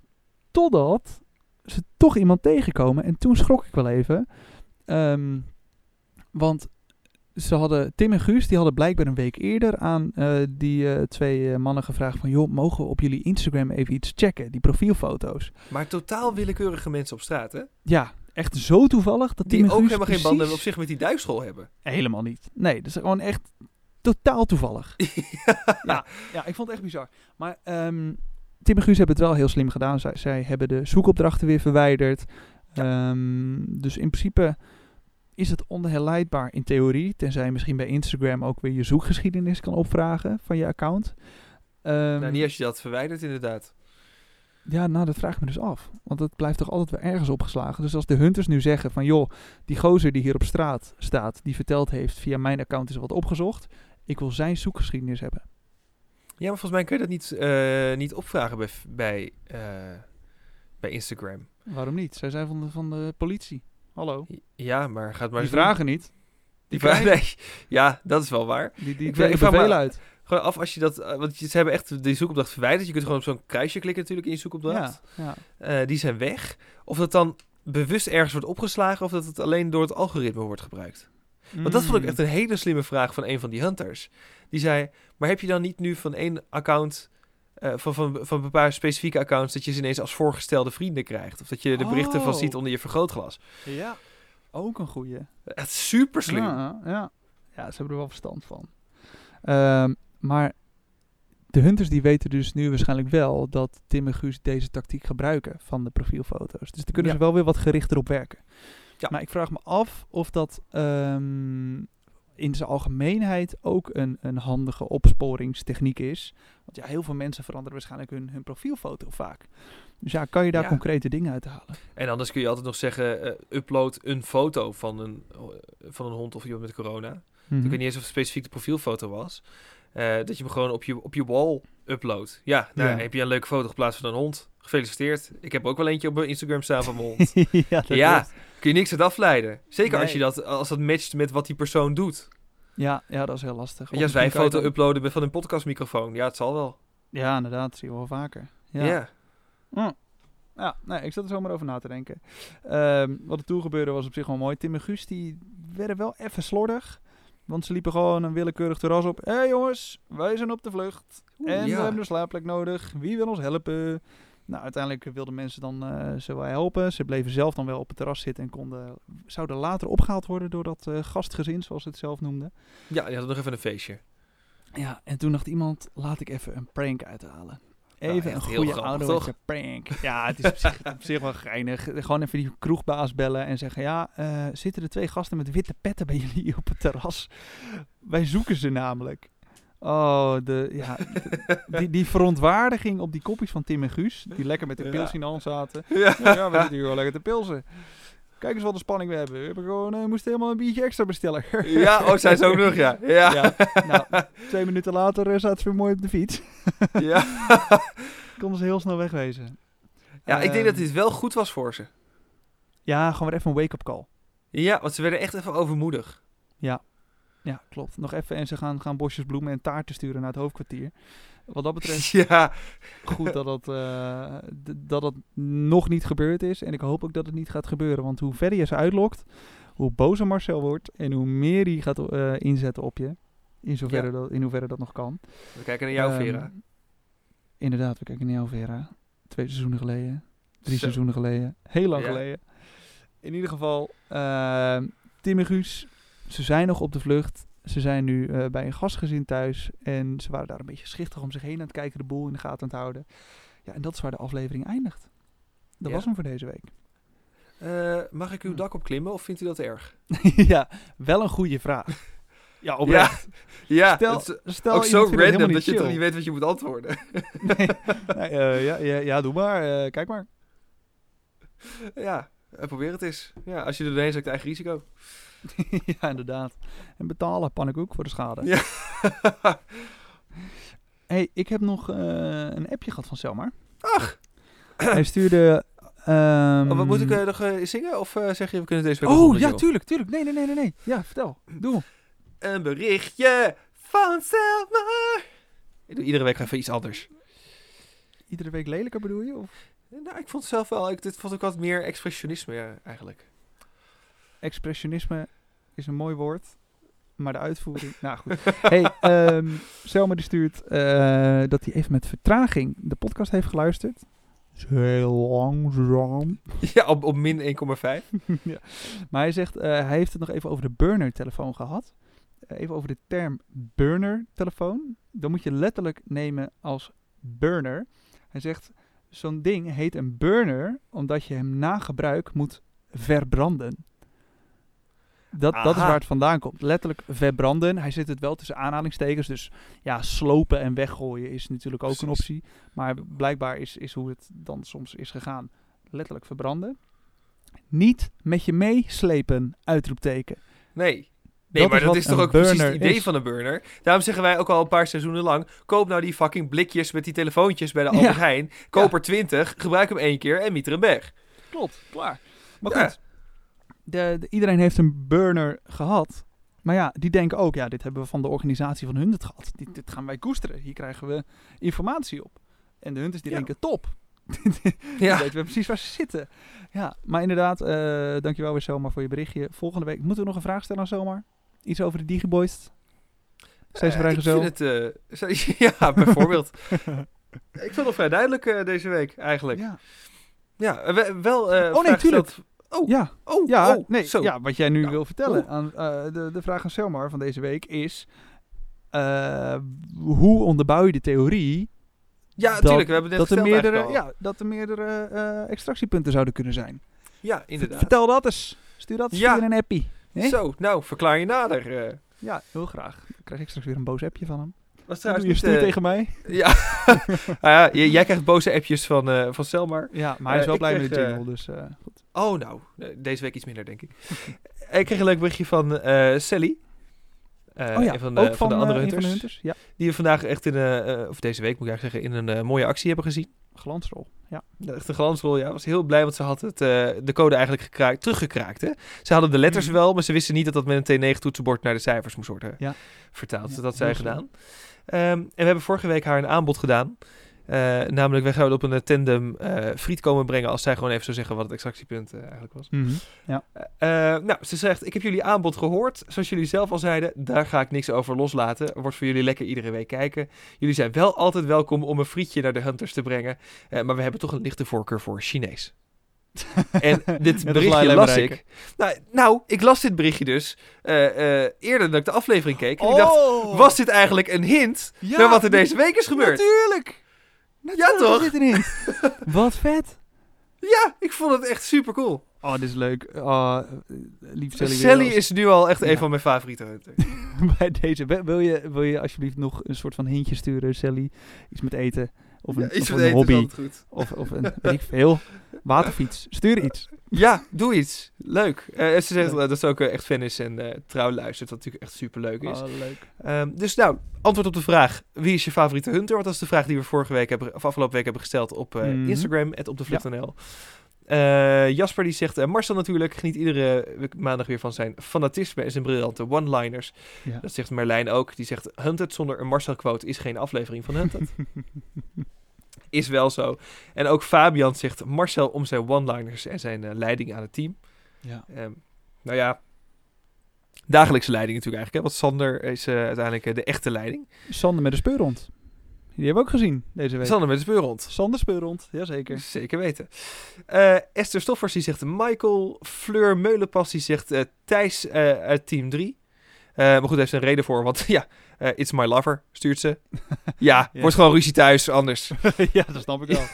totdat ze toch iemand tegenkomen. En toen schrok ik wel even. Um, want ze hadden, Tim en Guus, die hadden blijkbaar een week eerder aan uh, die uh, twee uh, mannen gevraagd van, joh, mogen we op jullie Instagram even iets checken, die profielfoto's. Maar totaal willekeurige mensen op straat, hè? Ja, echt zo toevallig dat die Tim en ook Guus helemaal precies... geen banden op zich met die duikschool hebben. Helemaal niet. Nee, dat is gewoon echt totaal toevallig. ja. Ja, ja, ik vond het echt bizar. Maar um, Tim en Guus hebben het wel heel slim gedaan. Zij, zij hebben de zoekopdrachten weer verwijderd. Ja. Um, dus in principe is het onherleidbaar in theorie. Tenzij je misschien bij Instagram ook weer je zoekgeschiedenis kan opvragen van je account. Um, nou, niet als je dat verwijdert inderdaad. Ja, nou dat vraag ik me dus af. Want het blijft toch altijd weer ergens opgeslagen. Dus als de hunters nu zeggen van joh, die gozer die hier op straat staat, die verteld heeft via mijn account is er wat opgezocht. Ik wil zijn zoekgeschiedenis hebben. Ja, maar volgens mij kun je dat niet, uh, niet opvragen bij, bij, uh, bij Instagram. Waarom niet? Zij zijn van de, van de politie. Hallo. Ja, maar gaat maar Die eens vragen niet. Die vragen, nee. Ja, dat is wel waar. Die, die ik ik vraag me uit. Gewoon af als je dat... Uh, want ze hebben echt die zoekopdracht verwijderd. Je kunt gewoon op zo'n kruisje klikken natuurlijk in je zoekopdracht. Ja, ja. Uh, die zijn weg. Of dat dan bewust ergens wordt opgeslagen of dat het alleen door het algoritme wordt gebruikt. Mm. Want dat vond ik echt een hele slimme vraag van een van die hunters. Die zei, maar heb je dan niet nu van één account... Uh, van, van, van een paar specifieke accounts dat je ze ineens als voorgestelde vrienden krijgt? Of dat je de berichten oh. van ziet onder je vergrootglas? Ja, ook een goeie. Echt super slim. Ja, ja. ja, ze hebben er wel verstand van. Um, maar de hunters die weten dus nu waarschijnlijk wel dat Tim en Guus deze tactiek gebruiken van de profielfoto's. Dus daar kunnen ja. ze wel weer wat gerichter op werken. Ja. Maar ik vraag me af of dat um, in zijn algemeenheid ook een, een handige opsporingstechniek is. Want ja, heel veel mensen veranderen waarschijnlijk hun, hun profielfoto vaak. Dus ja, kan je daar ja. concrete dingen uit halen? En anders kun je altijd nog zeggen, uh, upload een foto van een, uh, van een hond of iemand met corona. Mm-hmm. Dan kun je niet eens of het specifiek de profielfoto was. Uh, dat je hem gewoon op je, op je wall uploadt. Ja, nou ja. heb je een leuke foto geplaatst van een hond. Gefeliciteerd. Ik heb ook wel eentje op mijn Instagram staan van mijn hond. ja, dat ja kun je niks uit afleiden. Zeker nee. als, je dat, als dat matcht met wat die persoon doet. Ja, ja dat is heel lastig. En als wij een foto dan... uploaden van een podcastmicrofoon. Ja, het zal wel. Ja, inderdaad. Dat zie je wel vaker. Ja. ja. Mm. Ja, nee, ik zat er zomaar over na te denken. Um, wat er toen gebeurde was op zich wel mooi. Tim en Guus die werden wel even slordig. Want ze liepen gewoon een willekeurig terras op. Hé hey jongens, wij zijn op de vlucht. Oeh, en ja. we hebben een slaapplek nodig. Wie wil ons helpen? Nou, uiteindelijk wilden mensen dan uh, ze wel helpen. Ze bleven zelf dan wel op het terras zitten en konden, zouden later opgehaald worden door dat uh, gastgezin, zoals ze het zelf noemden. Ja, die hadden nog even een feestje. Ja, en toen dacht iemand, laat ik even een prank uithalen. Even ja, een goede ouderwetse prank. Ja, het is op zich, op zich wel geinig. Gewoon even die kroegbaas bellen en zeggen... Ja, uh, zitten er twee gasten met witte petten bij jullie op het terras? Wij zoeken ze namelijk. Oh, de, ja, de, die, die verontwaardiging op die kopjes van Tim en Guus... die lekker met de pils in de hand zaten. Ja, ja we zitten hier wel lekker te pilsen. Kijk eens wat een spanning we hebben. We hebben gewoon, uh, moesten helemaal een biertje extra bestellen. Ja, oh, zijn ze ook nog, ja. ja. ja. Nou, twee minuten later uh, zaten ze weer mooi op de fiets. Ja. Konden ze heel snel wegwezen. Ja, uh, ik denk dat dit wel goed was voor ze. Ja, gewoon weer even een wake-up call. Ja, want ze werden echt even overmoedig. Ja, ja klopt. Nog even en ze gaan, gaan bosjes bloemen en taarten sturen naar het hoofdkwartier. Wat dat betreft, ja. goed dat dat, uh, d- dat dat nog niet gebeurd is. En ik hoop ook dat het niet gaat gebeuren. Want hoe verder je ze uitlokt, hoe bozer Marcel wordt en hoe meer hij gaat uh, inzetten op je. In, zoverre ja. dat, in hoeverre dat nog kan. We kijken naar jou, um, Vera. Inderdaad, we kijken naar jou, Vera. Twee seizoenen geleden. Drie Zo. seizoenen geleden. Heel lang ja. geleden. In ieder geval, uh, Tim en Guus, ze zijn nog op de vlucht. Ze zijn nu uh, bij een gastgezin thuis. En ze waren daar een beetje schichtig om zich heen aan het kijken, de boel in de gaten aan het houden. Ja, en dat is waar de aflevering eindigt. Dat ja. was hem voor deze week. Uh, mag ik uw dak opklimmen of vindt u dat erg? Ja, wel een goede vraag. Ja, oprecht. Ja, ja stel, stel ook zo random dat chill. je toch niet weet wat je moet antwoorden. nee, nee uh, ja, ja, ja, doe maar. Uh, kijk maar. Ja, probeer het eens. Ja, als je er doorheen zakt, eigen risico. Ja, inderdaad. En betalen, pannenkoek voor de schade. Ja. Hey, ik heb nog uh, een appje gehad van Selmar. Ach! Hij stuurde Ehm, Oh, wat moet ik uh, nog uh, zingen? Of uh, zeg je, we kunnen deze week... Oh, ja, tuurlijk, tuurlijk. Nee, nee, nee, nee, nee. Ja, vertel. Doe. Een berichtje van Selma. Ik doe iedere week even iets anders. Iedere week lelijker bedoel je? Of? Nou, ik vond het zelf wel... Ik, dit vond ik wat meer expressionisme ja, eigenlijk. Expressionisme is een mooi woord. Maar de uitvoering... nou goed. Hey, um, Selma die stuurt uh, dat hij even met vertraging de podcast heeft geluisterd. Is heel langzaam. Ja, op, op min één komma vijf. Ja. Maar hij zegt, uh, hij heeft het nog even over de burner-telefoon gehad. Uh, even over de term burner-telefoon. Dan moet je letterlijk nemen als burner. Hij zegt, zo'n ding heet een burner omdat je hem na gebruik moet verbranden. Dat, dat is waar het vandaan komt. Letterlijk verbranden. Hij zit het wel tussen aanhalingstekens. Dus ja, slopen en weggooien is natuurlijk ook Precies. een optie. Maar blijkbaar is, is hoe het dan soms is gegaan. Letterlijk verbranden. Niet met je meeslepen, uitroepteken. Nee. Nee, dat maar is dat is toch ook precies het idee is. van een burner. Daarom zeggen wij ook al een paar seizoenen lang... koop nou die fucking blikjes met die telefoontjes bij de Albert ja. Heijn. Koop ja. er twintig, gebruik hem één keer en miet er een weg. Klopt, klaar. Maar ja. goed... De, de, iedereen heeft een burner gehad. Maar ja, die denken ook... ja, dit hebben we van de organisatie van Huntert gehad. Dit, dit gaan wij koesteren. Hier krijgen we informatie op. En de Hunters die ja. denken, top. ja. weten we precies waar ze zitten. Ja, maar inderdaad, uh, dankjewel weer Selma voor je berichtje. Volgende week moeten we nog een vraag stellen aan Selma. Iets over de Digiboys. Steeds uh, vrijgezel. Ik vind het... Uh, ja, bijvoorbeeld. Ik vind het nog vrij duidelijk uh, deze week, eigenlijk. Ja, ja uh, wel... Uh, oh nee, tuurlijk. Oh, ja, oh, ja, oh, nee, zo. ja, wat jij nu nou, wil vertellen. oh. Aan, uh, de, de vraag aan Selmar van deze week is... Uh, hoe onderbouw je de theorie... Ja, natuurlijk. We hebben net dat er meerdere, ja, dat er meerdere uh, extractiepunten zouden kunnen zijn. Ja, inderdaad. Vertel dat eens. Stuur dat eens ja. in een appie. He? Zo, nou, verklaar je nader. Uh. Ja, heel graag. Dan krijg ik straks weer een boos appje van hem. Was trouwens je stuurt uh, tegen mij. Ja, ah, ja j- jij krijgt boze appjes van, uh, van Selmar. Ja, maar hij is wel uh, blij kreeg, met de jingle, uh, dus uh, goed. Oh, nou, deze week iets minder, denk ik. Ik kreeg een leuk berichtje van uh, Sally. Uh, oh ja, een van de, ook van van de andere uh, hunters. Van de hunters ja. Die we vandaag echt in een, uh, of deze week moet ik eigenlijk zeggen, in een uh, mooie actie hebben gezien. Glansrol, ja. Echt een glansrol, ja. Was heel blij, want ze had het, uh, de code eigenlijk gekraakt, teruggekraakt. Hè? Ze hadden de letters wel, maar ze wisten niet dat dat met een T negen toetsenbord naar de cijfers moest worden ja. vertaald. Ja, dus dat zij gedaan. Um, en we hebben vorige week haar een aanbod gedaan. Uh, namelijk, wij zouden op een tandem uh, friet komen brengen als zij gewoon even zou zeggen wat het extractiepunt uh, eigenlijk was. Mm-hmm. Ja. Uh, uh, nou, ze zegt, ik heb jullie aanbod gehoord. Zoals jullie zelf al zeiden, daar ga ik niks over loslaten. Wordt voor jullie lekker iedere week kijken. Jullie zijn wel altijd welkom om een frietje naar de Hunters te brengen. Uh, maar we hebben toch een lichte voorkeur voor Chinees. En dit berichtje las ik. Nou, nou, ik las dit berichtje dus uh, uh, eerder dan ik de aflevering keek. En oh. ik dacht, was dit eigenlijk een hint ja, naar wat er deze week is gebeurd? Natuurlijk! Natuurlijk ja, toch? Zit erin. Wat vet. Ja, ik vond het echt super cool. Oh, dit is leuk. Oh, lief Sally. Sally is nu al echt ja. een van mijn favoriete hunters. Bij deze. Wil je, wil je alsjeblieft nog een soort van hintje sturen, Sally? Iets met eten. Of een, ja, iets of met een eten hobby. Goed. Of, of een, weet ik veel. Waterfiets. Stuur iets. Ja, doe iets. Leuk. Uh, ze zegt uh, dat ze ook uh, echt fan is en uh, trouw luistert. Wat natuurlijk echt super leuk is. Oh, leuk. Um, dus nou, antwoord op de vraag. Wie is je favoriete hunter? Want dat is de vraag die we vorige week hebben, of afgelopen week hebben gesteld op uh, mm-hmm. Instagram. at op de vlucht punt n l. Ja. Uh, Jasper die zegt, uh, Marcel natuurlijk geniet iedere maandag weer van zijn fanatisme en zijn briljante one-liners. Ja. Dat zegt Merlijn ook. Die zegt, Hunted zonder een Marcel quote is geen aflevering van Hunted. Is wel zo. En ook Fabian zegt Marcel om zijn one-liners en zijn uh, leiding aan het team. Ja. Um, nou ja, dagelijkse leiding natuurlijk eigenlijk. Hè? Want Sander is uh, uiteindelijk uh, de echte leiding. Sander met de speurhond. Die hebben we ook gezien deze week. Sander met de speurhond. Sander speurhond, jazeker. Zeker weten. Uh, Esther Stoffers die zegt Michael. Fleur Meulenpas die zegt uh, Thijs uh, uit team drie. Uh, maar goed, daar heeft ze een reden voor. Want ja, uh, it's my lover, stuurt ze. Ja, ja. Wordt gewoon ruzie thuis, anders. Ja, dat snap ik wel.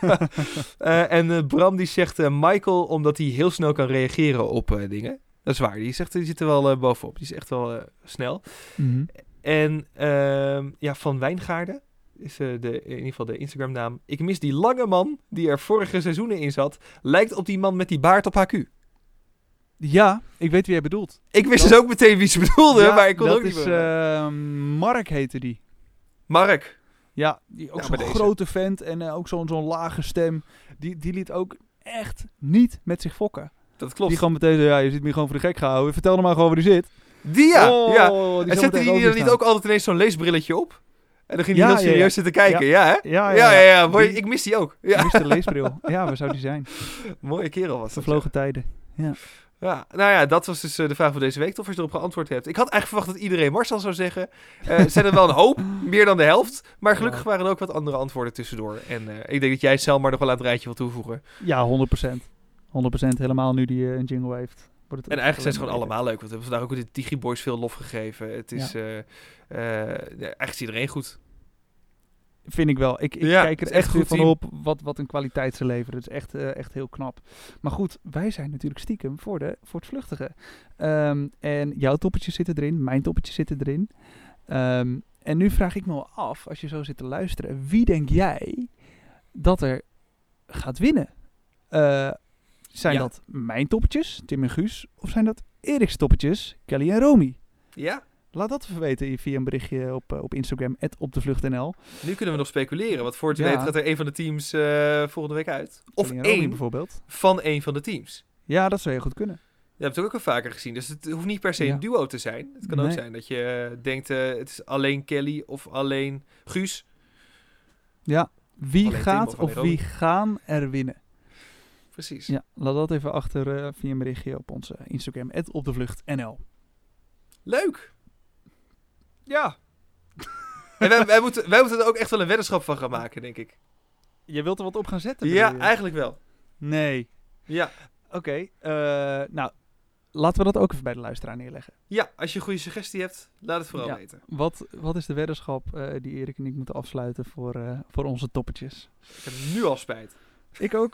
uh, en uh, Bram die zegt uh, Michael, omdat hij heel snel kan reageren op uh, dingen. Dat is waar, die, zegt, die zit er wel uh, bovenop. Die is echt wel uh, snel. Mm-hmm. En uh, ja, Van Wijngaarden is uh, de, in ieder geval de Instagram naam. Ik mis die lange man die er vorige seizoenen in zat. Lijkt op die man met die baard op H Q. Ja, ik weet wie jij bedoelt. Ik wist dat... dus ook meteen wie ze bedoelde, ja, maar ik kon dat ook niet is, uh, Mark heette die. Mark. Ja, die ook ja, zo'n grote vent en uh, ook zo'n, zo'n lage stem. Die, die liet ook echt niet met zich fokken. Dat klopt. Die gewoon meteen, ja, je zit me gewoon voor de gek gehouden. Vertel nou maar gewoon waar die zit. Die ja, Oh, ja. die En zal zette meteen die dan niet overstaan. ook altijd ineens zo'n leesbrilletje op? En dan ging hij Ja, heel ja, serieus ja. zitten kijken, ja, hè? Ja, Ja, ja, ja, ja. ja. Mooi, Die- ik mis die ook. Ja. mister Leesbril. Ja, waar zou die zijn? Mooie kerel was dat. Vervlogen tijden. Ja. ja, nou ja, dat was dus uh, de vraag van deze week. Tof als je erop geantwoord hebt. Ik had eigenlijk verwacht dat iedereen Marcel zou zeggen. Uh, zijn er wel een hoop, meer dan de helft. Maar gelukkig Ja. waren er ook wat andere antwoorden tussendoor. En uh, ik denk dat jij zelf maar nog wel aan het rijtje wil toevoegen. Ja, honderd procent. honderd procent helemaal nu die uh, een jingle heeft. Wordt het En eigenlijk zijn ze gewoon alleen maar allemaal leuk. Want we hebben vandaag ook de Digiboys veel lof gegeven. Het is, Ja. uh, uh, eigenlijk is iedereen goed. Vind ik wel. Ik, ik Ja, kijk er het is echt echt weer goed van team. op wat, wat een kwaliteit ze leveren. Het is echt, uh, echt heel knap. Maar goed, wij zijn natuurlijk stiekem voor, de, voor het vluchtige. Um, en jouw toppetjes zitten erin, mijn toppetjes zitten erin. Um, en nu vraag ik me wel af, als je zo zit te luisteren, wie denk jij dat er gaat winnen? Uh, zijn Ja. dat mijn toppetjes, Tim en Guus, of zijn dat Erik's toppetjes, Kelly en Romy? Ja? Laat dat even weten via een berichtje op, uh, op Instagram, at op de vlucht N L. Nu kunnen we nog speculeren. Want voor het Ja. weet gaat er een van de teams uh, volgende week uit. Of Kelly en Romy één bijvoorbeeld. van één van de teams. Ja, dat zou heel goed kunnen. Je hebt het ook al vaker gezien. Dus het hoeft niet per se Ja. een duo te zijn. Het kan ook Nee. zijn dat je uh, denkt, uh, het is alleen Kelly of alleen Guus. Ja, wie Alleen Tim gaat of alleen of Romy. wie gaan er winnen? Precies. Ja, laat dat even achter uh, via een berichtje op onze Instagram, at op de vlucht N L. Leuk. Ja. En wij, wij, moeten, wij moeten er ook echt wel een weddenschap van gaan maken, denk ik. Je wilt er wat op gaan zetten? Ja, bedoel je? eigenlijk wel. Nee. Ja. Oké, okay, uh, nou, laten we dat ook even bij de luisteraar neerleggen. Ja, als je een goede suggestie hebt, laat het vooral Ja. weten. Wat, wat is de weddenschap uh, die Erik en ik moeten afsluiten voor, uh, voor onze toppetjes? Ik heb nu al spijt. Ik ook.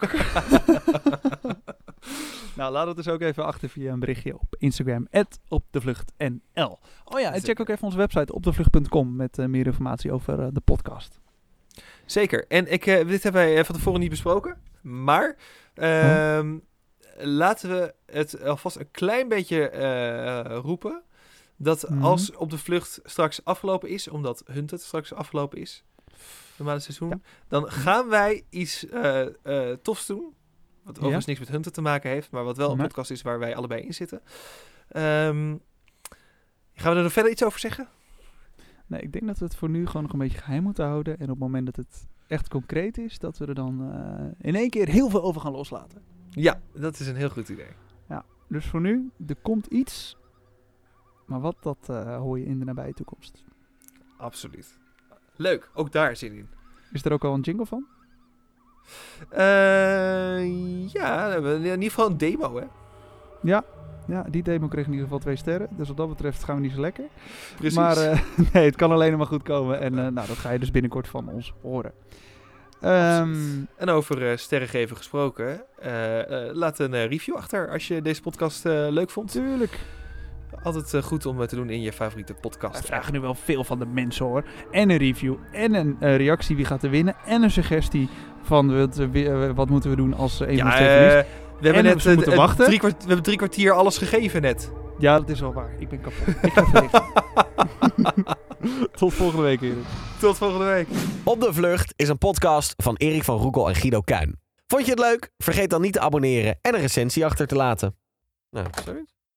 Nou, laat het dus ook even achter via een berichtje op Instagram, at op de vlucht N L. Oh ja, en check ook even onze website op de vlucht punt com met uh, meer informatie over uh, de podcast. Zeker. En ik, uh, dit hebben wij uh, van tevoren niet besproken. Maar uh, huh? laten we het alvast een klein beetje uh, roepen. Dat mm-hmm. als op de vlucht straks afgelopen is, omdat Hunted straks afgelopen is, normale seizoen, ja. dan gaan wij iets uh, uh, tofs doen. Wat overigens ja. niks met Hunted te maken heeft, maar wat wel een maar... podcast is waar wij allebei in zitten. Um, gaan we er nog verder iets over zeggen? Nee, ik denk dat we het voor nu gewoon nog een beetje geheim moeten houden. En op het moment dat het echt concreet is, dat we er dan uh, in één keer heel veel over gaan loslaten. Ja, dat is een heel goed idee. Ja, dus voor nu, er komt iets. Maar wat, dat uh, hoor je in de nabije toekomst. Absoluut. Leuk, ook daar zin in. Is er ook al een jingle van? Uh, ja, in ieder geval een demo, hè? Ja, ja, die demo kreeg in ieder geval twee sterren. Dus wat dat betreft gaan we niet zo lekker. Precies. Maar uh, nee, het kan alleen maar goed komen. En uh, nou, dat ga je dus binnenkort van ons horen. Um, en over uh, sterren geven gesproken. Uh, uh, laat een uh, review achter als je deze podcast uh, leuk vond. Tuurlijk. Altijd uh, goed om uh, te doen in je favoriete podcast. We vragen nu wel veel van de mensen, hoor. En een review. En een uh, reactie wie gaat er winnen. En een suggestie van wat, uh, wat moeten we doen als uh, een ja, van ons tegen verliest. We hebben en net we moeten uh, wachten. Drie kwart, we hebben drie kwartier alles gegeven net. Ja, dat is wel waar. Ik ben kapot. Ik ga even liggen. Tot volgende week, Erik. Tot volgende week. Op de Vlucht is een podcast van Erik van Roekel en Guido Kuin. Vond je het leuk? Vergeet dan niet te abonneren en een recensie achter te laten. Nou, zoiets.